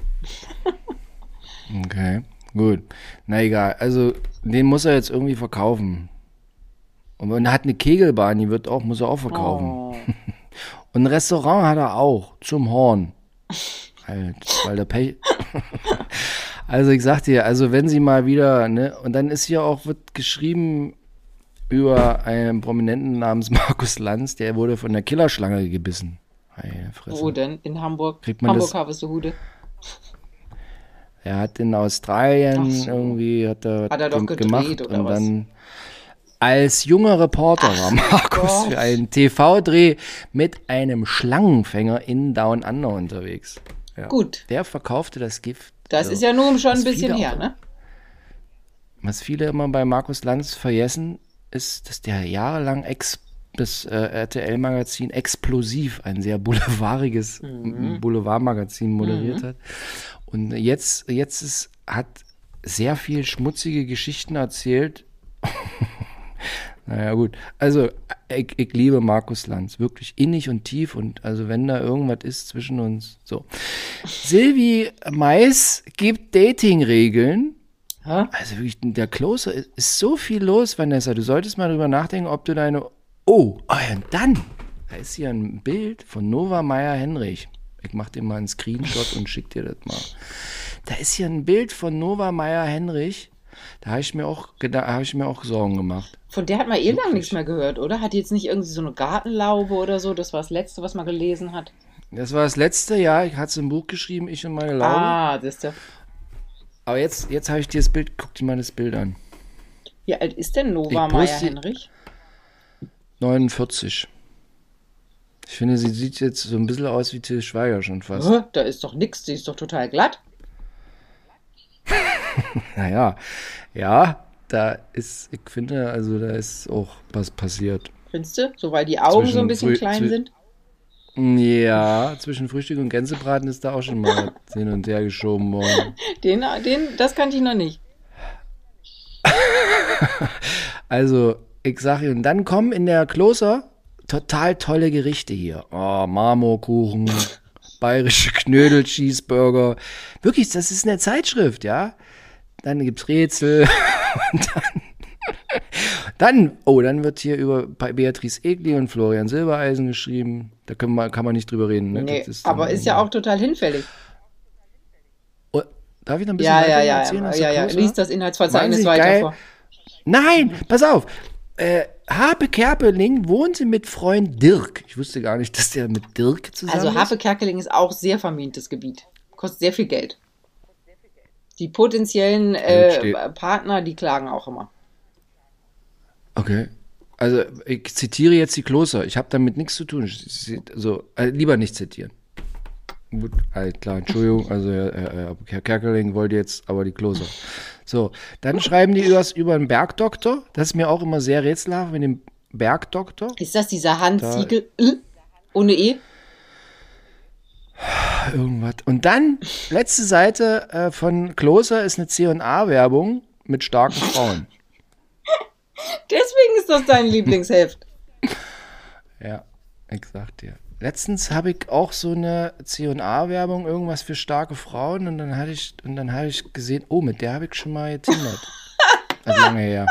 Okay, gut. Na egal, also den muss er jetzt irgendwie verkaufen. Und er hat eine Kegelbahn, die wird auch, muss er auch verkaufen. Oh. Und ein Restaurant hat er auch, zum Horn. Halt, weil der Pech. Also ich sag dir, also wenn sie mal wieder, ne, und dann ist hier auch, wird geschrieben über einen Prominenten namens Markus Lanz, der wurde von der Killerschlange gebissen. Meine Fresse. Wo denn? In Hamburg? Kriegt man Hamburg das- Harvestehude. Er hat in Australien Ach so. irgendwie hat er, Hat er doch gem- gedreht, gemacht oder und was? dann als junger Reporter war Markus Gott. für einen T V-Dreh mit einem Schlangenfänger in Down Under unterwegs. Ja. Gut. Der verkaufte das Gift. Das Also, ist ja nun schon ein was bisschen viele her, auch- ne? Was viele immer bei Markus Lanz vergessen, ist, dass der jahrelang ex das äh, R T L-Magazin Explosiv, ein sehr boulevariges Mhm. Boulevardmagazin moderiert hat. Und jetzt, jetzt ist, hat sehr viel schmutzige Geschichten erzählt. Naja, gut. Also, ich, ich liebe Markus Lanz. Wirklich innig und tief. Und also, wenn da irgendwas ist zwischen uns. So. Silvi Mais gibt Datingregeln. Hä? Also wirklich, der Closer ist, ist so viel los, Vanessa. Du solltest mal drüber nachdenken, ob du deine. Oh, oh ja, und dann. Da ist hier ein Bild von Nova Meyer-Henrich. Ich mach dir mal einen Screenshot und schick dir das mal. Da ist hier ein Bild von Nova Meyer-Henrich. Da habe ich mir auch geda- habe ich mir auch Sorgen gemacht. Von der hat man eh lang nichts mehr gehört, oder? Hat die jetzt nicht irgendwie so eine Gartenlaube oder so? Das war das Letzte, was man gelesen hat. Das war das letzte Jahr. Ich hatte es im Buch geschrieben, ich und meine Laube. Ah, das ist ja. Aber jetzt, jetzt habe ich dir das Bild. Guck dir mal das Bild an. Wie alt ist denn Nova Ich poste- Meyer-Henrich? neunundvierzig. Ich finde, sie sieht jetzt so ein bisschen aus wie Til Schweiger schon fast. Hä? Da ist doch nix, die ist doch total glatt. Naja, ja, da ist, ich finde, also da ist auch was passiert. Findest du? So, weil die Augen so Zwischen ein bisschen früh- klein zwi- sind. Ja, zwischen Frühstück und Gänsebraten ist da auch schon mal hin und her geschoben worden. Den, den, das kannte ich noch nicht. Also, ich sage und dann kommen in der Closer total tolle Gerichte hier. Oh, Marmorkuchen, bayerische Knödel, Cheeseburger. Wirklich, das ist eine Zeitschrift, ja. Dann gibt's Rätsel und dann, dann, oh, dann wird hier über Beatrice Egli und Florian Silbereisen geschrieben. Da können wir, kann man nicht drüber reden. Ne? Nee, Das ist dann aber ist ja auch total hinfällig. Oh, darf ich noch ein bisschen Ja, weiter ja, ja, erzählen? ja, aus ja, der ja. Closer? Lies das Inhaltsverzeichnis Wahnsinnig weiter geil. vor. Nein, pass auf. Äh, Harpe Kerkeling wohnte mit Freund Dirk. Ich wusste gar nicht, dass der mit Dirk zusammen Also ist. Harpe Kerkeling ist auch sehr vermintes Gebiet. Kostet sehr viel Geld. Die potenziellen äh, Partner, die klagen auch immer. Okay. Also ich zitiere jetzt die Kloster. Ich habe damit nichts zu tun. Also, äh, lieber nicht zitieren. Gut, halt, klar, Entschuldigung. Also äh, äh, Herr Kerkeling wollte jetzt aber die Kloster. So, dann schreiben die übers, über einen Bergdoktor. Das ist mir auch immer sehr rätselhaft mit dem Bergdoktor. Ist das dieser Hans da, Siegel äh, ohne E? Irgendwas. Und dann, letzte Seite äh, von Kloster ist eine C und A-Werbung mit starken Frauen. Deswegen ist das dein Lieblingsheft. Ja, ich sag dir. Letztens habe ich auch so eine C und A-Werbung, irgendwas für starke Frauen, und dann hatte ich, und dann habe ich gesehen, oh, mit der habe ich schon mal getindert. Das ist lange her.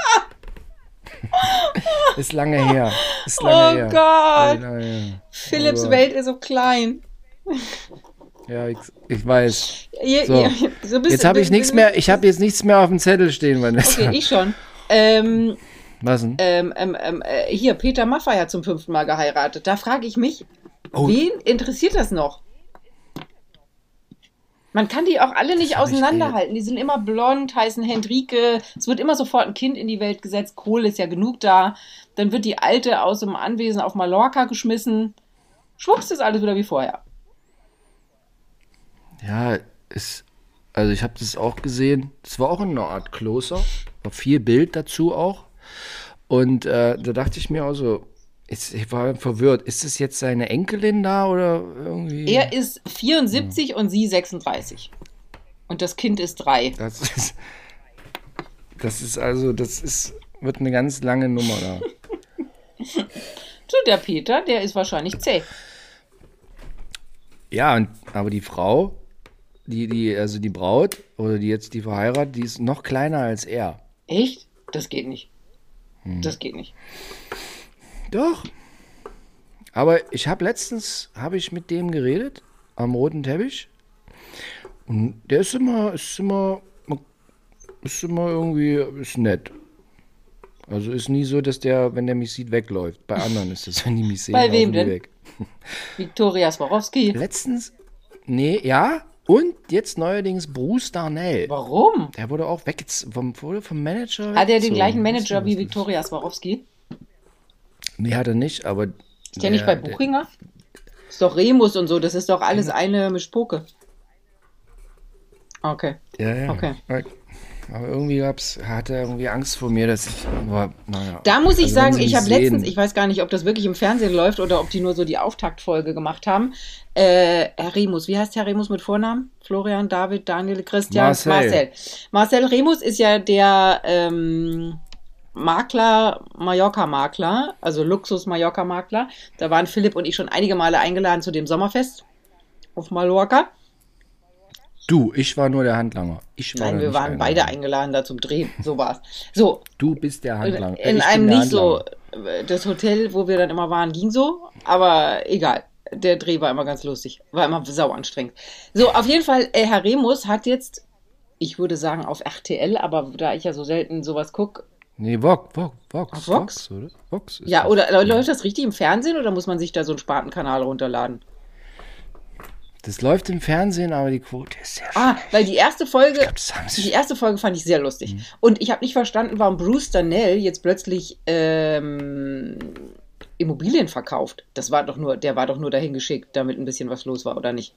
Ist lange her. Ist lange oh her. Gott. Lange her. Philipps oh Welt ist so klein. Ja, ich, ich weiß. Ihr, so. ihr, so jetzt habe ich nichts mehr, ich habe jetzt nichts mehr auf dem Zettel stehen, Vanessa. Okay, ich schon. Ähm, Was denn? Ähm, ähm, ähm, äh, hier, Peter Maffay hat zum fünften Mal geheiratet. Da frage ich mich, oh. wen interessiert das noch? Man kann die auch alle nicht auseinanderhalten. Die sind immer blond, heißen Hendrike. Es wird immer sofort ein Kind in die Welt gesetzt. Kohle ist ja genug da. Dann wird die Alte aus dem Anwesen auf Mallorca geschmissen. Schwupps, ist alles wieder wie vorher. Ja, ist, also ich habe das auch gesehen. Das war auch eine Art Kloster. War viel Bild dazu auch. Und äh, da dachte ich mir auch so, ist, ich war verwirrt. Ist das jetzt seine Enkelin da oder irgendwie? Er ist vierundsiebzig ja. und sie sechsunddreißig. Und das Kind ist drei. Das ist, das ist also, das ist, wird eine ganz lange Nummer da. So, der Peter, der ist wahrscheinlich zäh. Ja, und, aber die Frau, die, die, also die Braut, oder die jetzt die verheiratet, die ist noch kleiner als er. Echt? Das geht nicht. Hm. Das geht nicht. Doch. Aber ich habe letztens, habe ich mit dem geredet, am roten Teppich. Und der ist immer, ist immer, ist immer irgendwie, ist nett. Also ist nie so, dass der, wenn der mich sieht, wegläuft. Bei anderen ist das, wenn die mich sehen, bei wem denn? Weg. Viktoria Swarovski. Letztens, nee, ja. Und jetzt neuerdings Bruce Darnell. Warum? Der wurde auch weg, vom, wurde vom Manager. Hat er den gleichen Manager wie Viktoria Swarovski? Nee, hat er nicht, aber. Ist der nicht bei Buchinger? Der, ist doch Remus und so, das ist doch alles eine Mischpoke. Okay. Ja, ja. Okay. Aber irgendwie gab's, hatte er irgendwie Angst vor mir, dass ich. Aber, naja. Da muss ich also, sagen, ich habe letztens, ich weiß gar nicht, ob das wirklich im Fernsehen läuft oder ob die nur so die Auftaktfolge gemacht haben. Äh, Herr Remus, wie heißt Herr Remus mit Vornamen? Florian, David, Daniel, Christian, Marcel. Marcel. Marcel Remus ist ja der ähm, Makler, Mallorca-Makler, also Luxus-Mallorca-Makler. Da waren Philipp und ich schon einige Male eingeladen zu dem Sommerfest auf Mallorca. Du, ich war nur der Handlanger. Ich war Nein, wir waren eingeladen. beide eingeladen da zum Drehen. So war's. So. Du bist der Handlanger. In ich einem bin nicht so, das Hotel, wo wir dann immer waren, ging so, aber egal. Der Dreh war immer ganz lustig. War immer sau anstrengend. So, auf jeden Fall, äh, Herr Remus hat jetzt, ich würde sagen auf R T L, aber da ich ja so selten sowas gucke. Nee, Vox, Vox, Vox. Auf Vox? Vox, oder? Vox ist ja, das. oder ja. Läuft das richtig im Fernsehen oder muss man sich da so einen Spartenkanal runterladen? Das läuft im Fernsehen, aber die Quote ist sehr Ah, schlecht. weil die erste Folge, ich glaub, das haben sie die erste Folge fand ich sehr lustig. Mhm. Und ich habe nicht verstanden, warum Bruce Darnell jetzt plötzlich ähm, Immobilien verkauft. Das war doch nur, der war doch nur dahin geschickt, damit ein bisschen was los war, oder nicht?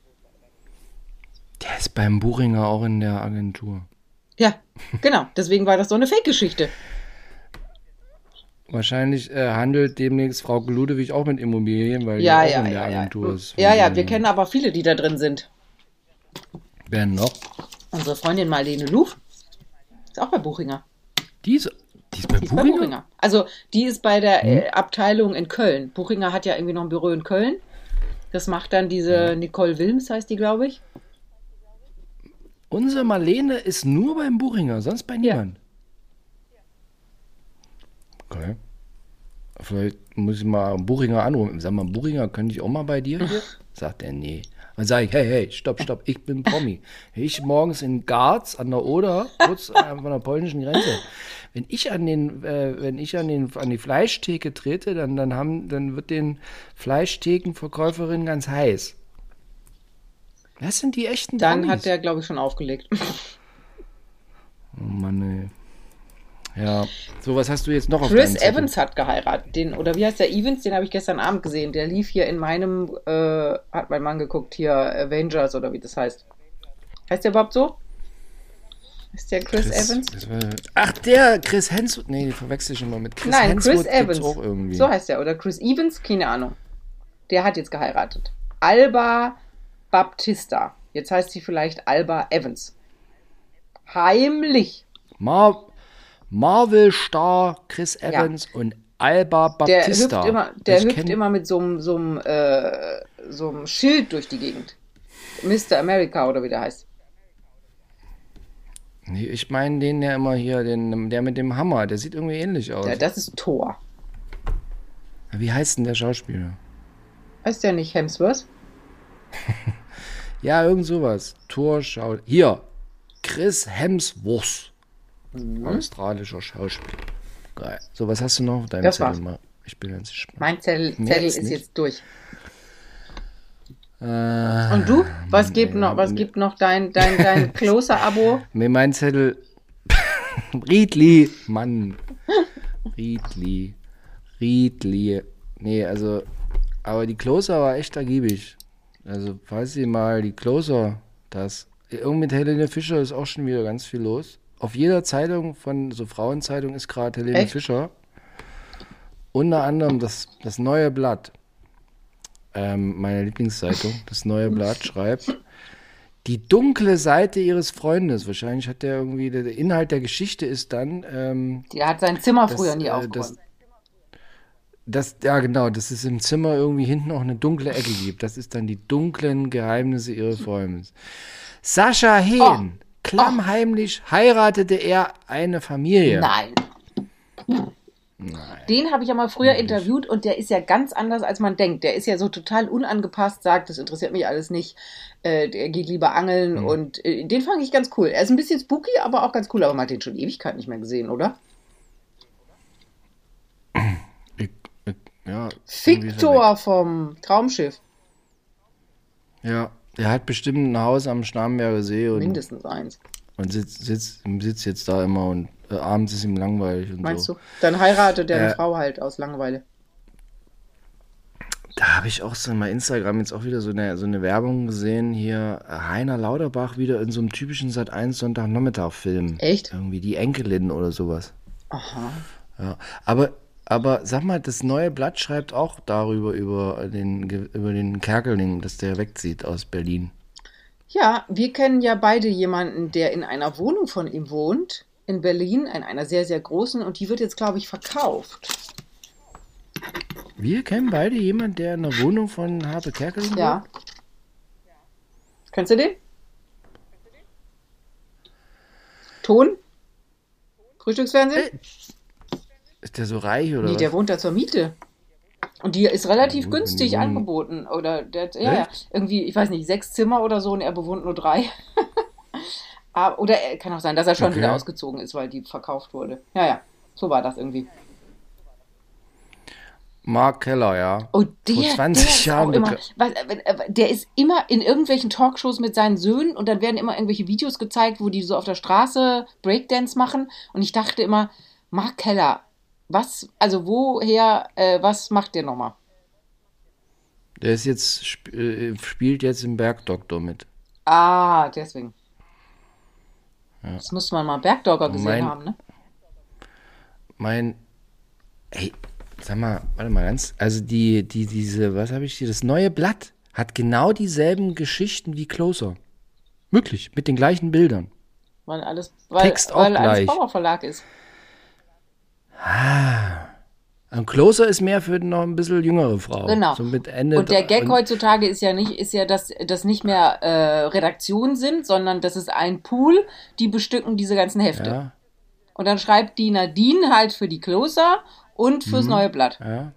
Der ist beim Buchinger auch in der Agentur. Ja, genau. Deswegen war das so eine Fake-Geschichte. Wahrscheinlich äh, handelt demnächst Frau Ludewig auch mit Immobilien, weil ja, die auch ja, in der ja, Agentur ja. ist. Ja, ja, wir kennen aber viele, die da drin sind. Wer noch? Unsere Freundin Marlene Luf ist auch bei Buchinger. Die ist, die ist bei die ist Buchinger? bei Buchinger. Also die ist bei der hm. äh, Abteilung in Köln. Buchinger hat ja irgendwie noch ein Büro in Köln. Das macht dann diese ja. Nicole Wilms, heißt die, glaube ich. Unsere Marlene ist nur beim Buchinger, sonst bei niemand. Ja. Okay. Vielleicht muss ich mal Buchinger anrufen. Sag mal, Buchinger, könnte ich auch mal bei dir hier? Sagt er, nee. Dann sage ich, hey, hey, stopp, stopp, ich bin Promi. Ich morgens in Garz an der Oder, kurz von der polnischen Grenze. wenn ich an den, äh, wenn ich an den, an die Fleischtheke trete, dann, dann haben, dann wird den Fleischthekenverkäuferinnen ganz heiß. Das sind die echten Dann Promis. hat der, glaube ich, schon aufgelegt. Oh Mann, ey. Ja, so was hast du jetzt noch auf Chris deinem Zettel? Evans hat geheiratet. Den, oder wie heißt der Evans? Den habe ich gestern Abend gesehen. Der lief hier in meinem, äh, hat mein Mann geguckt, hier Avengers oder wie das heißt. Heißt der überhaupt so? Ist der Chris, Chris Evans? das war, ach, der Chris Hemsworth. Nee, die verwechsel ich immer mit Chris Nein, Hemsworth. Chris Evans. Auch irgendwie. So heißt der. Oder Chris Evans? Keine Ahnung. Der hat jetzt geheiratet. Alba Baptista. Jetzt heißt sie vielleicht Alba Evans. Heimlich. Mar Marvel-Star Chris Evans ja. und Alba Der Baptista. hüpft immer, der Ich hüpft kenn- immer mit so einem so einem, äh, so einem Schild durch die Gegend. Mister America oder wie der heißt. Nee, ich meine den, der immer hier, den, der mit dem Hammer, der sieht irgendwie ähnlich aus. Ja, das ist Thor. Wie heißt denn der Schauspieler? Heißt der nicht Hemsworth? Ja, irgend sowas. Thor schaut. Hier, Chris Hemsworth. Mhm. Australischer Schauspieler. Geil. So, was hast du noch auf deinem Das Zettel? war's. Mal? Ich bin ganz gespannt. Mein Zettel, Mehr Zettel ist ist nicht. jetzt durch. Äh, Und du? Was gibt noch, was gibt noch dein, dein, dein Closer-Abo? Mir mein Zettel. Riedli, Mann. Riedli. Riedli. Nee, also, aber die Closer war echt ergiebig. Also, falls ihr mal die Closer, das. Irgendwie mit Helene Fischer ist auch schon wieder ganz viel los. Auf jeder Zeitung von so Frauenzeitung ist gerade Helene Echt? Fischer. Unter anderem das, das Neue Blatt. Ähm, meine Lieblingszeitung, das Neue Blatt, schreibt, die dunkle Seite ihres Freundes. Wahrscheinlich hat der irgendwie, der Inhalt der Geschichte ist dann, ähm, Der hat sein Zimmer das, früher nie äh, aufgeräumt. das, das, ja genau, dass es im Zimmer irgendwie hinten auch eine dunkle Ecke gibt. Das ist dann die dunklen Geheimnisse ihres Freundes. Sascha Hehn, Oh. klammheimlich heiratete er eine Familie. Nein. Den habe ich ja mal früher interviewt und der ist ja ganz anders, als man denkt. Der ist ja so total unangepasst, sagt, das interessiert mich alles nicht. Äh, der geht lieber angeln Mhm. und äh, den fand ich ganz cool. Er ist ein bisschen spooky, aber auch ganz cool. Aber man hat den schon Ewigkeit nicht mehr gesehen, oder? Ich, ich, ja, irgendwie ist er weg. Victor vom Traumschiff. Ja, der hat bestimmt ein Haus am Starnberger See und, Mindestens eins. und sitzt, sitzt, sitzt jetzt da immer und äh, abends ist ihm langweilig und Meinst so. du? Dann heiratet er eine Äh, Frau halt aus Langeweile. Da habe ich auch so bei Instagram jetzt auch wieder so eine, so eine Werbung gesehen, hier äh, Heiner Lauterbach wieder in so einem typischen Sat eins Sonntagnachmittag-Film. Echt? Irgendwie die Enkelin oder sowas. Aha. Ja, aber, aber sag mal, das Neue Blatt schreibt auch darüber, über den, Ge- über den Kerkeling, dass der wegzieht aus Berlin. Ja, wir kennen ja beide jemanden, der in einer Wohnung von ihm wohnt, in Berlin, in einer sehr, sehr großen, und die wird jetzt, glaube ich, verkauft. Wir kennen beide jemanden, der in der Wohnung von Harpe Kerkeling wohnt? Ja. Kennst du den? Ton? Frühstücksfernsehen? Äh, Ist der so reich oder Nee, was? der wohnt da zur Miete. Und die ist relativ Ja, gut, günstig wenn die Wohnung- angeboten. Oder der, hat- ja, ja, Echt? irgendwie, ich weiß nicht, sechs Zimmer oder so und er bewohnt nur drei. Aber, oder er- kann auch sein, dass er schon Okay. wieder ausgezogen ist, weil die verkauft wurde. Ja, ja, so war das irgendwie. Mark Keller, ja. Oh, der, Vor zwanzig der ist Jahren auch immer, beka- was, äh, der ist immer in irgendwelchen Talkshows mit seinen Söhnen und dann werden immer irgendwelche Videos gezeigt, wo die so auf der Straße Breakdance machen und ich dachte immer, Mark Keller, was, also woher, äh, was macht der nochmal? Der ist jetzt, sp äh, spielt jetzt im Bergdoktor mit. Ah, deswegen. Ja. Das müsste man mal Bergdogger gesehen Mein- haben, ne? Mein, ey, sag mal, warte mal ganz, also die, die, diese, was habe ich hier, das Neue Blatt hat genau dieselben Geschichten wie Closer. Wirklich, mit den gleichen Bildern. Weil alles, weil, Text auch weil alles gleich. Bauer Verlag ist. Und Closer ist mehr für noch ein bisschen jüngere Frau. Genau. So mit Ende Und der Gag und- heutzutage ist ja nicht, ist ja, dass das nicht mehr äh, Redaktionen sind, sondern das ist ein Pool, die bestücken diese ganzen Hefte. Ja, Und dann schreibt die Nadine halt für die Closer und fürs Mhm. Neue Blatt. ja.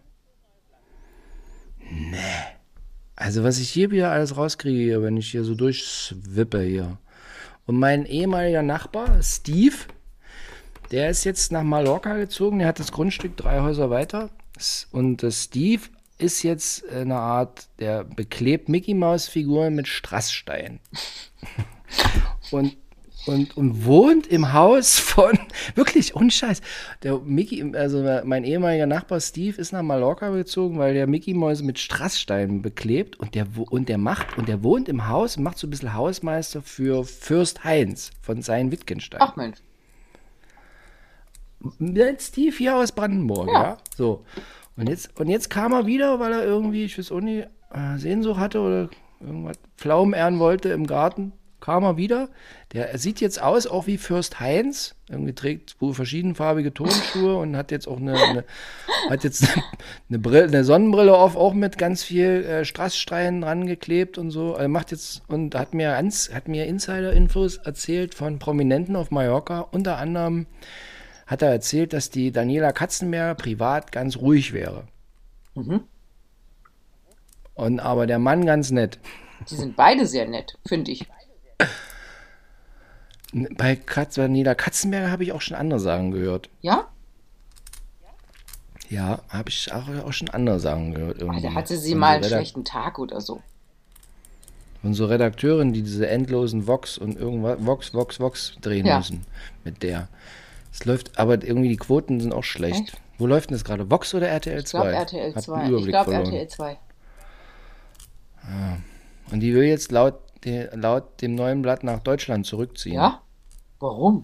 Nee. Also was ich hier wieder alles rauskriege, hier, wenn ich hier so durchswippe hier. Und mein ehemaliger Nachbar, Steve, der ist jetzt nach Mallorca gezogen, der hat das Grundstück drei Häuser weiter. Und äh, Steve ist jetzt eine Art, der beklebt Mickey-Maus-Figuren mit Strassstein. und, und, und wohnt im Haus von, wirklich, ohne Scheiß. Der Mickey, also mein ehemaliger Nachbar Steve ist nach Mallorca gezogen, weil der Mickey-Mäuse mit Strassstein beklebt und der, und der macht, und der wohnt im Haus und macht so ein bisschen Hausmeister für Fürst Heinz von seinen Wittgenstein. Ach Mensch. Steve hier aus Brandenburg, ja. ja? So. Und jetzt, und jetzt kam er wieder, weil er irgendwie, ich weiß auch nicht, Sehnsucht hatte oder irgendwas Pflaumen ehren wollte im Garten. Kam er wieder. Der er sieht jetzt aus, auch wie Fürst Heinz. Irgendwie trägt wohl verschiedenfarbige Turnschuhe und hat jetzt auch eine, eine hat jetzt eine, Brille, eine Sonnenbrille auf, auch mit ganz viel äh, Strasssteinen dran geklebt und so. Er macht jetzt und hat mir ganz, hat mir Insider-Infos erzählt von Prominenten auf Mallorca. Unter anderem hat er erzählt, dass die Daniela Katzenberger privat ganz ruhig wäre. Mhm. Und aber der Mann ganz nett. Die sind beide sehr nett, finde ich. Bei Katz, Daniela Katzenberger habe ich auch schon andere Sachen gehört. Ja? Ja, habe ich auch, auch schon andere Sachen gehört. Irgendwie. Da hatte sie mal einen schlechten Tag oder so. Unsere Redakteurin, die diese endlosen Vox und irgendwas, Vox, Vox, Vox drehen ja. müssen mit der. Es läuft, aber irgendwie die Quoten sind auch schlecht. Echt? Wo läuft denn das gerade? Vox oder R T L zwei? Ich glaube R T L zwei. Ich glaube R T L zwei. Ja. Und die will jetzt laut, die, laut dem neuen Blatt nach Deutschland zurückziehen. Ja? Warum?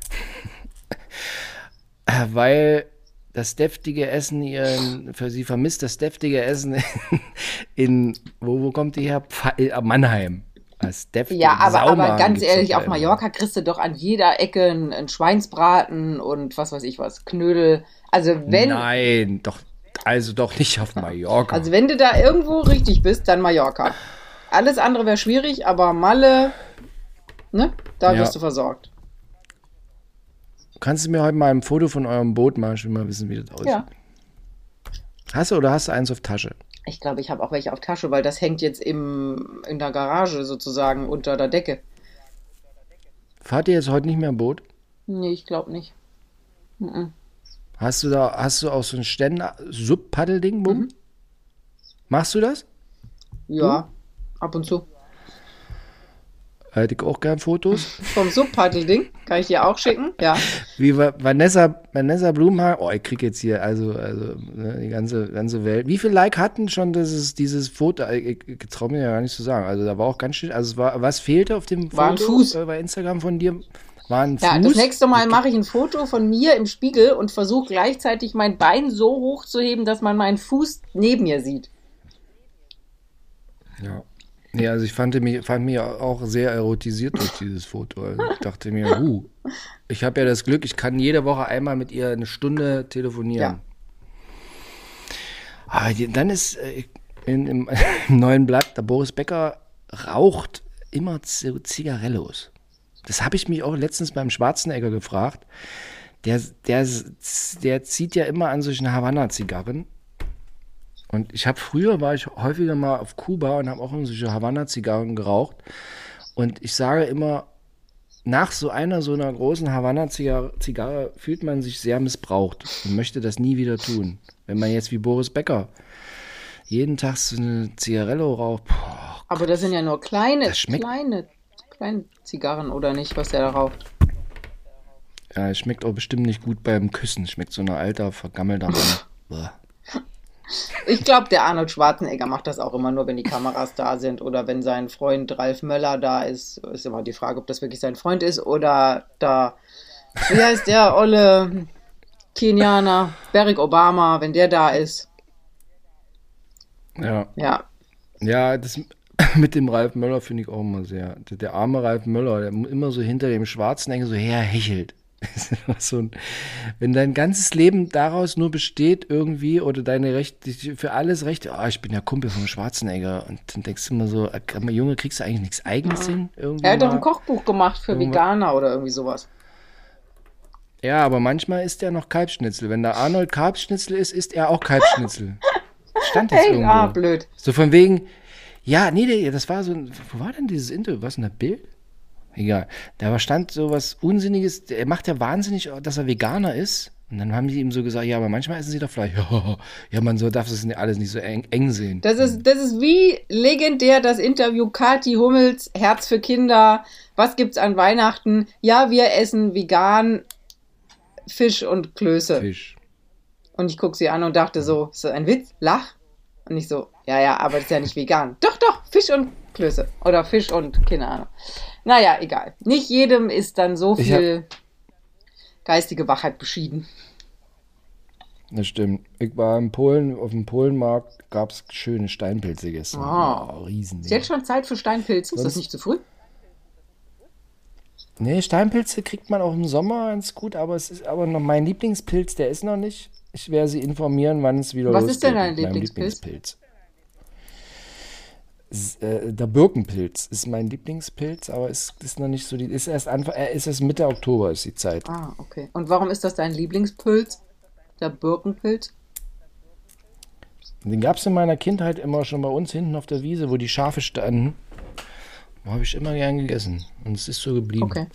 Weil das deftige Essen ihren, für sie vermisst das deftige Essen in, in wo, wo kommt die her? Pf- Mannheim. Als ja, aber, aber ganz ehrlich, auf Mallorca kriegst du doch an jeder Ecke einen, einen Schweinsbraten und was weiß ich was, Knödel. Also wenn... Nein, doch, also doch nicht auf Mallorca. Also wenn du da irgendwo richtig bist, dann Mallorca. Alles andere wäre schwierig, aber Malle, ne, da ja. wirst du versorgt. Kannst du mir heute mal ein Foto von eurem Boot machen, schon mal wissen, wie das aussieht? Ja. Hast du oder hast du eins auf Tasche? Ich glaube, ich habe auch welche auf Tasche, weil das hängt jetzt im, in der Garage sozusagen unter der Decke. Fahrt ihr jetzt heute nicht mehr im Boot? Nee, ich glaube nicht. Mhm. Hast du da, hast du auch so ein Ständer-Sub-Paddelding, Bumm? Mhm. Machst du das? Ja, du? Ab und zu. Hätte ich auch gern Fotos. Vom Sub-Paddelding? Kann ich dir auch schicken? Ja. Wie Vanessa, Vanessa Blumhagen, oh, ich krieg jetzt hier also, also ne, die ganze, ganze Welt. Wie viel Like hatten schon dieses, dieses Foto? Ich, ich traue mir ja gar nicht zu sagen. Also da war auch ganz schön, also es war, was fehlte auf dem war Foto ein Fuß. Äh, bei Instagram von dir? War ein ja, Fuß. Das nächste Mal mache ich ein Foto von mir im Spiegel und versuche gleichzeitig mein Bein so hoch zu heben, dass man meinen Fuß neben mir sieht. Ja. Nee, also ich fand mich, fand mich auch sehr erotisiert durch dieses Foto. Also ich dachte mir, huh, ich habe ja das Glück, ich kann jede Woche einmal mit ihr eine Stunde telefonieren. Ja. Aber die, dann ist äh, in, im, im neuen Blatt, der Boris Becker raucht immer Zigarellos. Das habe ich mich auch letztens beim Schwarzenegger gefragt. Der, der, der zieht ja immer an solchen Havanna-Zigarren. Und ich habe früher, war ich häufiger mal auf Kuba und habe auch solche Havanna-Zigarren geraucht. Und ich sage immer, nach so einer, so einer großen Havanna-Zigarre fühlt man sich sehr missbraucht und möchte das nie wieder tun. Wenn man jetzt wie Boris Becker jeden Tag so eine Zigarello raucht. Boah, aber das sind ja nur kleine, kleine, kleine Zigarren, oder nicht, was der da raucht? Ja, es schmeckt auch bestimmt nicht gut beim Küssen. Schmeckt so ein alter, vergammelter Mann. Ich glaube, der Arnold Schwarzenegger macht das auch immer nur, wenn die Kameras da sind oder wenn sein Freund Ralf Möller da ist. Ist immer die Frage, ob das wirklich sein Freund ist oder da, wie heißt der olle Kenianer, Barack Obama, wenn der da ist. Ja. Ja. Ja, das mit dem Ralf Möller finde ich auch immer sehr. Der, der arme Ralf Möller, der immer so hinter dem Schwarzenegger so herhechelt. So ein, wenn dein ganzes Leben daraus nur besteht irgendwie oder deine Rechte, für alles Rechte, oh, ich bin ja Kumpel vom Schwarzenegger und dann denkst du immer so, Junge, kriegst du eigentlich nichts Eigenes ja. hin? Irgendwie er hat doch ein Kochbuch gemacht für irgendwas. Veganer oder irgendwie sowas. Ja, aber manchmal isst er noch Kalbsschnitzel. Wenn der Arnold Kalbsschnitzel ist, isst er auch Kalbsschnitzel. Stand jetzt hey, irgendwo. Ah, blöd. So von wegen, ja, nee, das war so ein, wo war denn dieses Interview? Was, in der Bild? egal. Da stand so was Unsinniges. Er macht ja wahnsinnig, dass er Veganer ist. Und dann haben die ihm so gesagt, ja, aber manchmal essen sie doch Fleisch. Ja, ja, man so darf das nicht- alles nicht so eng, eng sehen. Das ist, das ist wie legendär das Interview Kathi Hummels, Herz für Kinder. Was gibt's an Weihnachten? Ja, wir essen vegan Fisch und Klöße. Fisch. Und ich gucke sie an und dachte so, ist das ein Witz? Lach? Und ich so, ja, ja, aber das ist ja nicht vegan. Doch, doch, Fisch und Klöße. Oder Fisch und, keine Ahnung. Naja, egal. Nicht jedem ist dann so Ich hab- viel geistige Wachheit beschieden. Das stimmt. Ich war in Polen, auf dem Polenmarkt gab es schöne Steinpilze gestern. Oh. Oh, riesen. Ist jetzt schon Zeit für Steinpilze? Ist das Sonst- nicht zu früh? Nee, Steinpilze kriegt man auch im Sommer ganz gut, aber es ist aber noch mein Lieblingspilz, der ist noch nicht. Ich werde Sie informieren, wann es wieder Was losgeht. ist denn dein mit meinem Lieblingspilz? Lieblingspilz. S- äh, Der Birkenpilz ist mein Lieblingspilz, aber es ist noch nicht so die. Ist erst Anfang, äh, ist erst Mitte Oktober ist die Zeit. Ah, okay. Und warum ist das dein Lieblingspilz? Der Birkenpilz? Den gab es in meiner Kindheit immer schon bei uns hinten auf der Wiese, wo die Schafe standen. Habe ich immer gern gegessen. Und es ist so geblieben. Okay.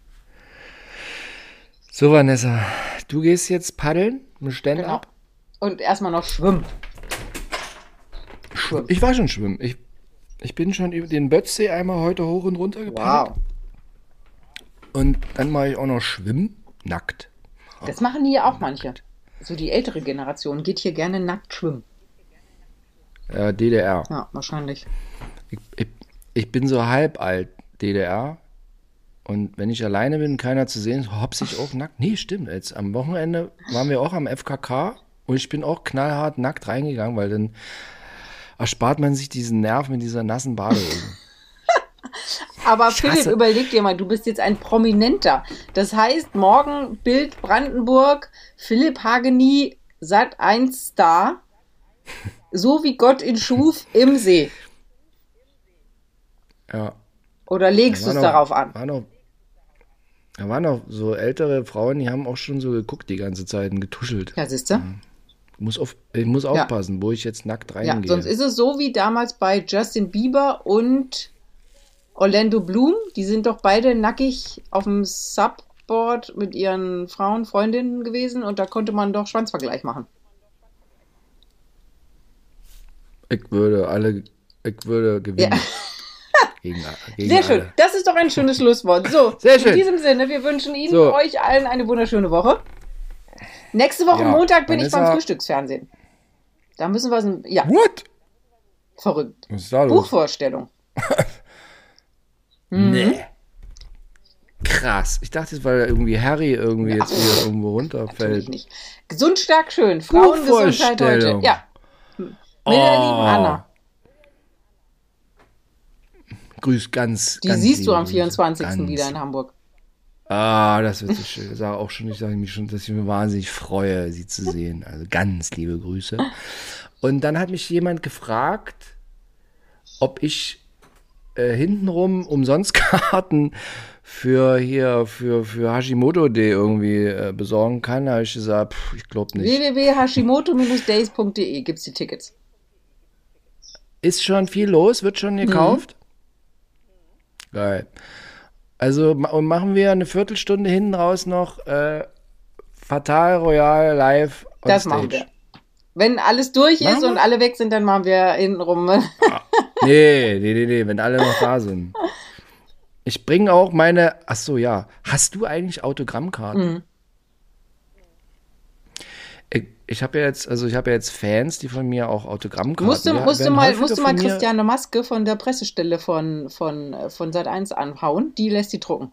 So, Vanessa, du gehst jetzt paddeln mit Stand Genau. ab. Und erstmal noch schwimmen. Schwimmen. Ich war schon schwimmen. Ich, ich bin schon über den Bötzsee einmal heute hoch und runter gepaddelt. Wow. Und dann mache ich auch noch schwimmen, nackt. Das machen hier auch manche. So die ältere Generation geht hier gerne nackt schwimmen. Äh, D D R. Ja, wahrscheinlich. Ich, ich, ich bin so halb alt, D D R. Und wenn ich alleine bin, keiner zu sehen, ist, hops ich auch nackt. Nee, stimmt. Jetzt am Wochenende waren wir auch am F K K und ich bin auch knallhart nackt reingegangen, weil dann erspart man sich diesen Nerv mit dieser nassen Badehose. Aber Ich Philipp, hasse- überleg dir mal, du bist jetzt ein Prominenter. Das heißt, morgen Bild Brandenburg, Philipp Hageni, Sat eins Star, so wie Gott ihn schuf, im See. Ja. Oder legst du Da es war noch- darauf an? War noch, da waren noch so ältere Frauen, die haben auch schon so geguckt die ganze Zeit und getuschelt. Ja, siehst du? Ich muss, auf, ich muss aufpassen, wo ich jetzt nackt Ja, reingehe. sonst ist es so wie damals bei Justin Bieber und Orlando Bloom. Die sind doch beide nackig auf dem Subboard mit ihren Frauen, Freundinnen gewesen und da konnte man doch Schwanzvergleich machen. Ich würde alle, ich würde gewinnen. Ja. Gegen, gegen Sehr schön. alle. Das ist doch ein schönes Schlusswort. So, Sehr schön. in diesem Sinne, wir wünschen Ihnen, So. euch allen eine wunderschöne Woche. Nächste Woche Ja, Montag bin ich Vanessa- beim Frühstücksfernsehen. Da müssen wir es. Ja, What? verrückt. Was ist da los? Buchvorstellung. Nee. Krass. Ich dachte, es war irgendwie Harry irgendwie jetzt wieder irgendwo Natürlich runterfällt. nicht. Gesund, stark, schön. Frauengesundheit heute. Buchvorstellung. Ja. Mit der lieben Anna. Grüß ganz, Die ganz siehst du liebe am Grüße. vierundzwanzigsten Ganz. wieder in Hamburg. Ah, das wird so schön. Ich sage auch schon, ich sage mich schon, dass ich mich wahnsinnig freue, sie zu sehen. Also ganz liebe Grüße. Und dann hat mich jemand gefragt, ob ich äh, hintenrum umsonst Karten für hier, für, für Hashimoto Day irgendwie äh, besorgen kann. Da habe ich gesagt, pff, ich glaube nicht. w w w punkt hashimoto days punkt d e gibt's die Tickets. Ist schon viel los, wird schon gekauft. Geil. Also ma- und machen wir eine Viertelstunde hinten raus noch äh, Fatal Royal live on Das stage. machen wir. Wenn alles durch Machen ist wir? und alle weg sind, dann machen wir hintenrum. Nee, nee, nee, nee, wenn alle noch da sind. Ich bringe auch meine, ach so, ja. Hast du eigentlich Autogrammkarten? Mhm. Ich, ich habe ja jetzt, also ich habe ja jetzt Fans, die von mir auch Autogrammkarten. Musst du, Ja, musst du werden mal, häufiger musst du mal von mir- Christiane Maske von der Pressestelle von, von, äh, von Sat eins anhauen. Die lässt die drucken.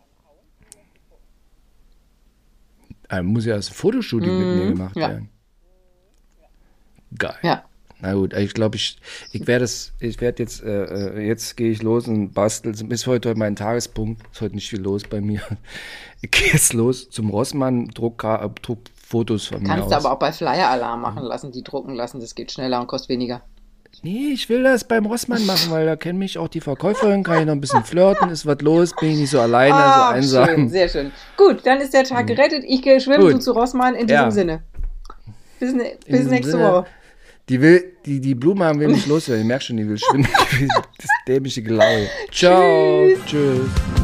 Ah, muss ja das Fotoshooting mit mir gemacht ja. werden. Geil. Ja. Na gut, ich glaube, ich, ich werde es, ich werde jetzt, äh, äh, jetzt gehe ich los und bastel. Ist heute mein Tagespunkt, ist heute nicht viel los bei mir. Ich gehe jetzt los zum Rossmann, druck, äh, druck Fotos von mir Kannst aus. du aber auch bei Flyer Alarm machen lassen, die drucken lassen. Das geht schneller und kostet weniger. Nee, ich will das beim Rossmann machen, weil da kennen mich auch die Verkäuferin, kann ich noch ein bisschen flirten, ist was los, bin ich nicht so alleine, so Ah, einsam. schön, sehr schön. Gut, dann ist der Tag gerettet. Ich gehe schwimmen, Gut. du zu Rossmann. In diesem Ja. Sinne. Bis, ne, In bis diesem nächste Sinne, Woche. Die will, die, die Blume haben will nicht loswerden. Ich merke schon, die will schwimmen. Das dämliche Gelaue. Ciao. Tschüss.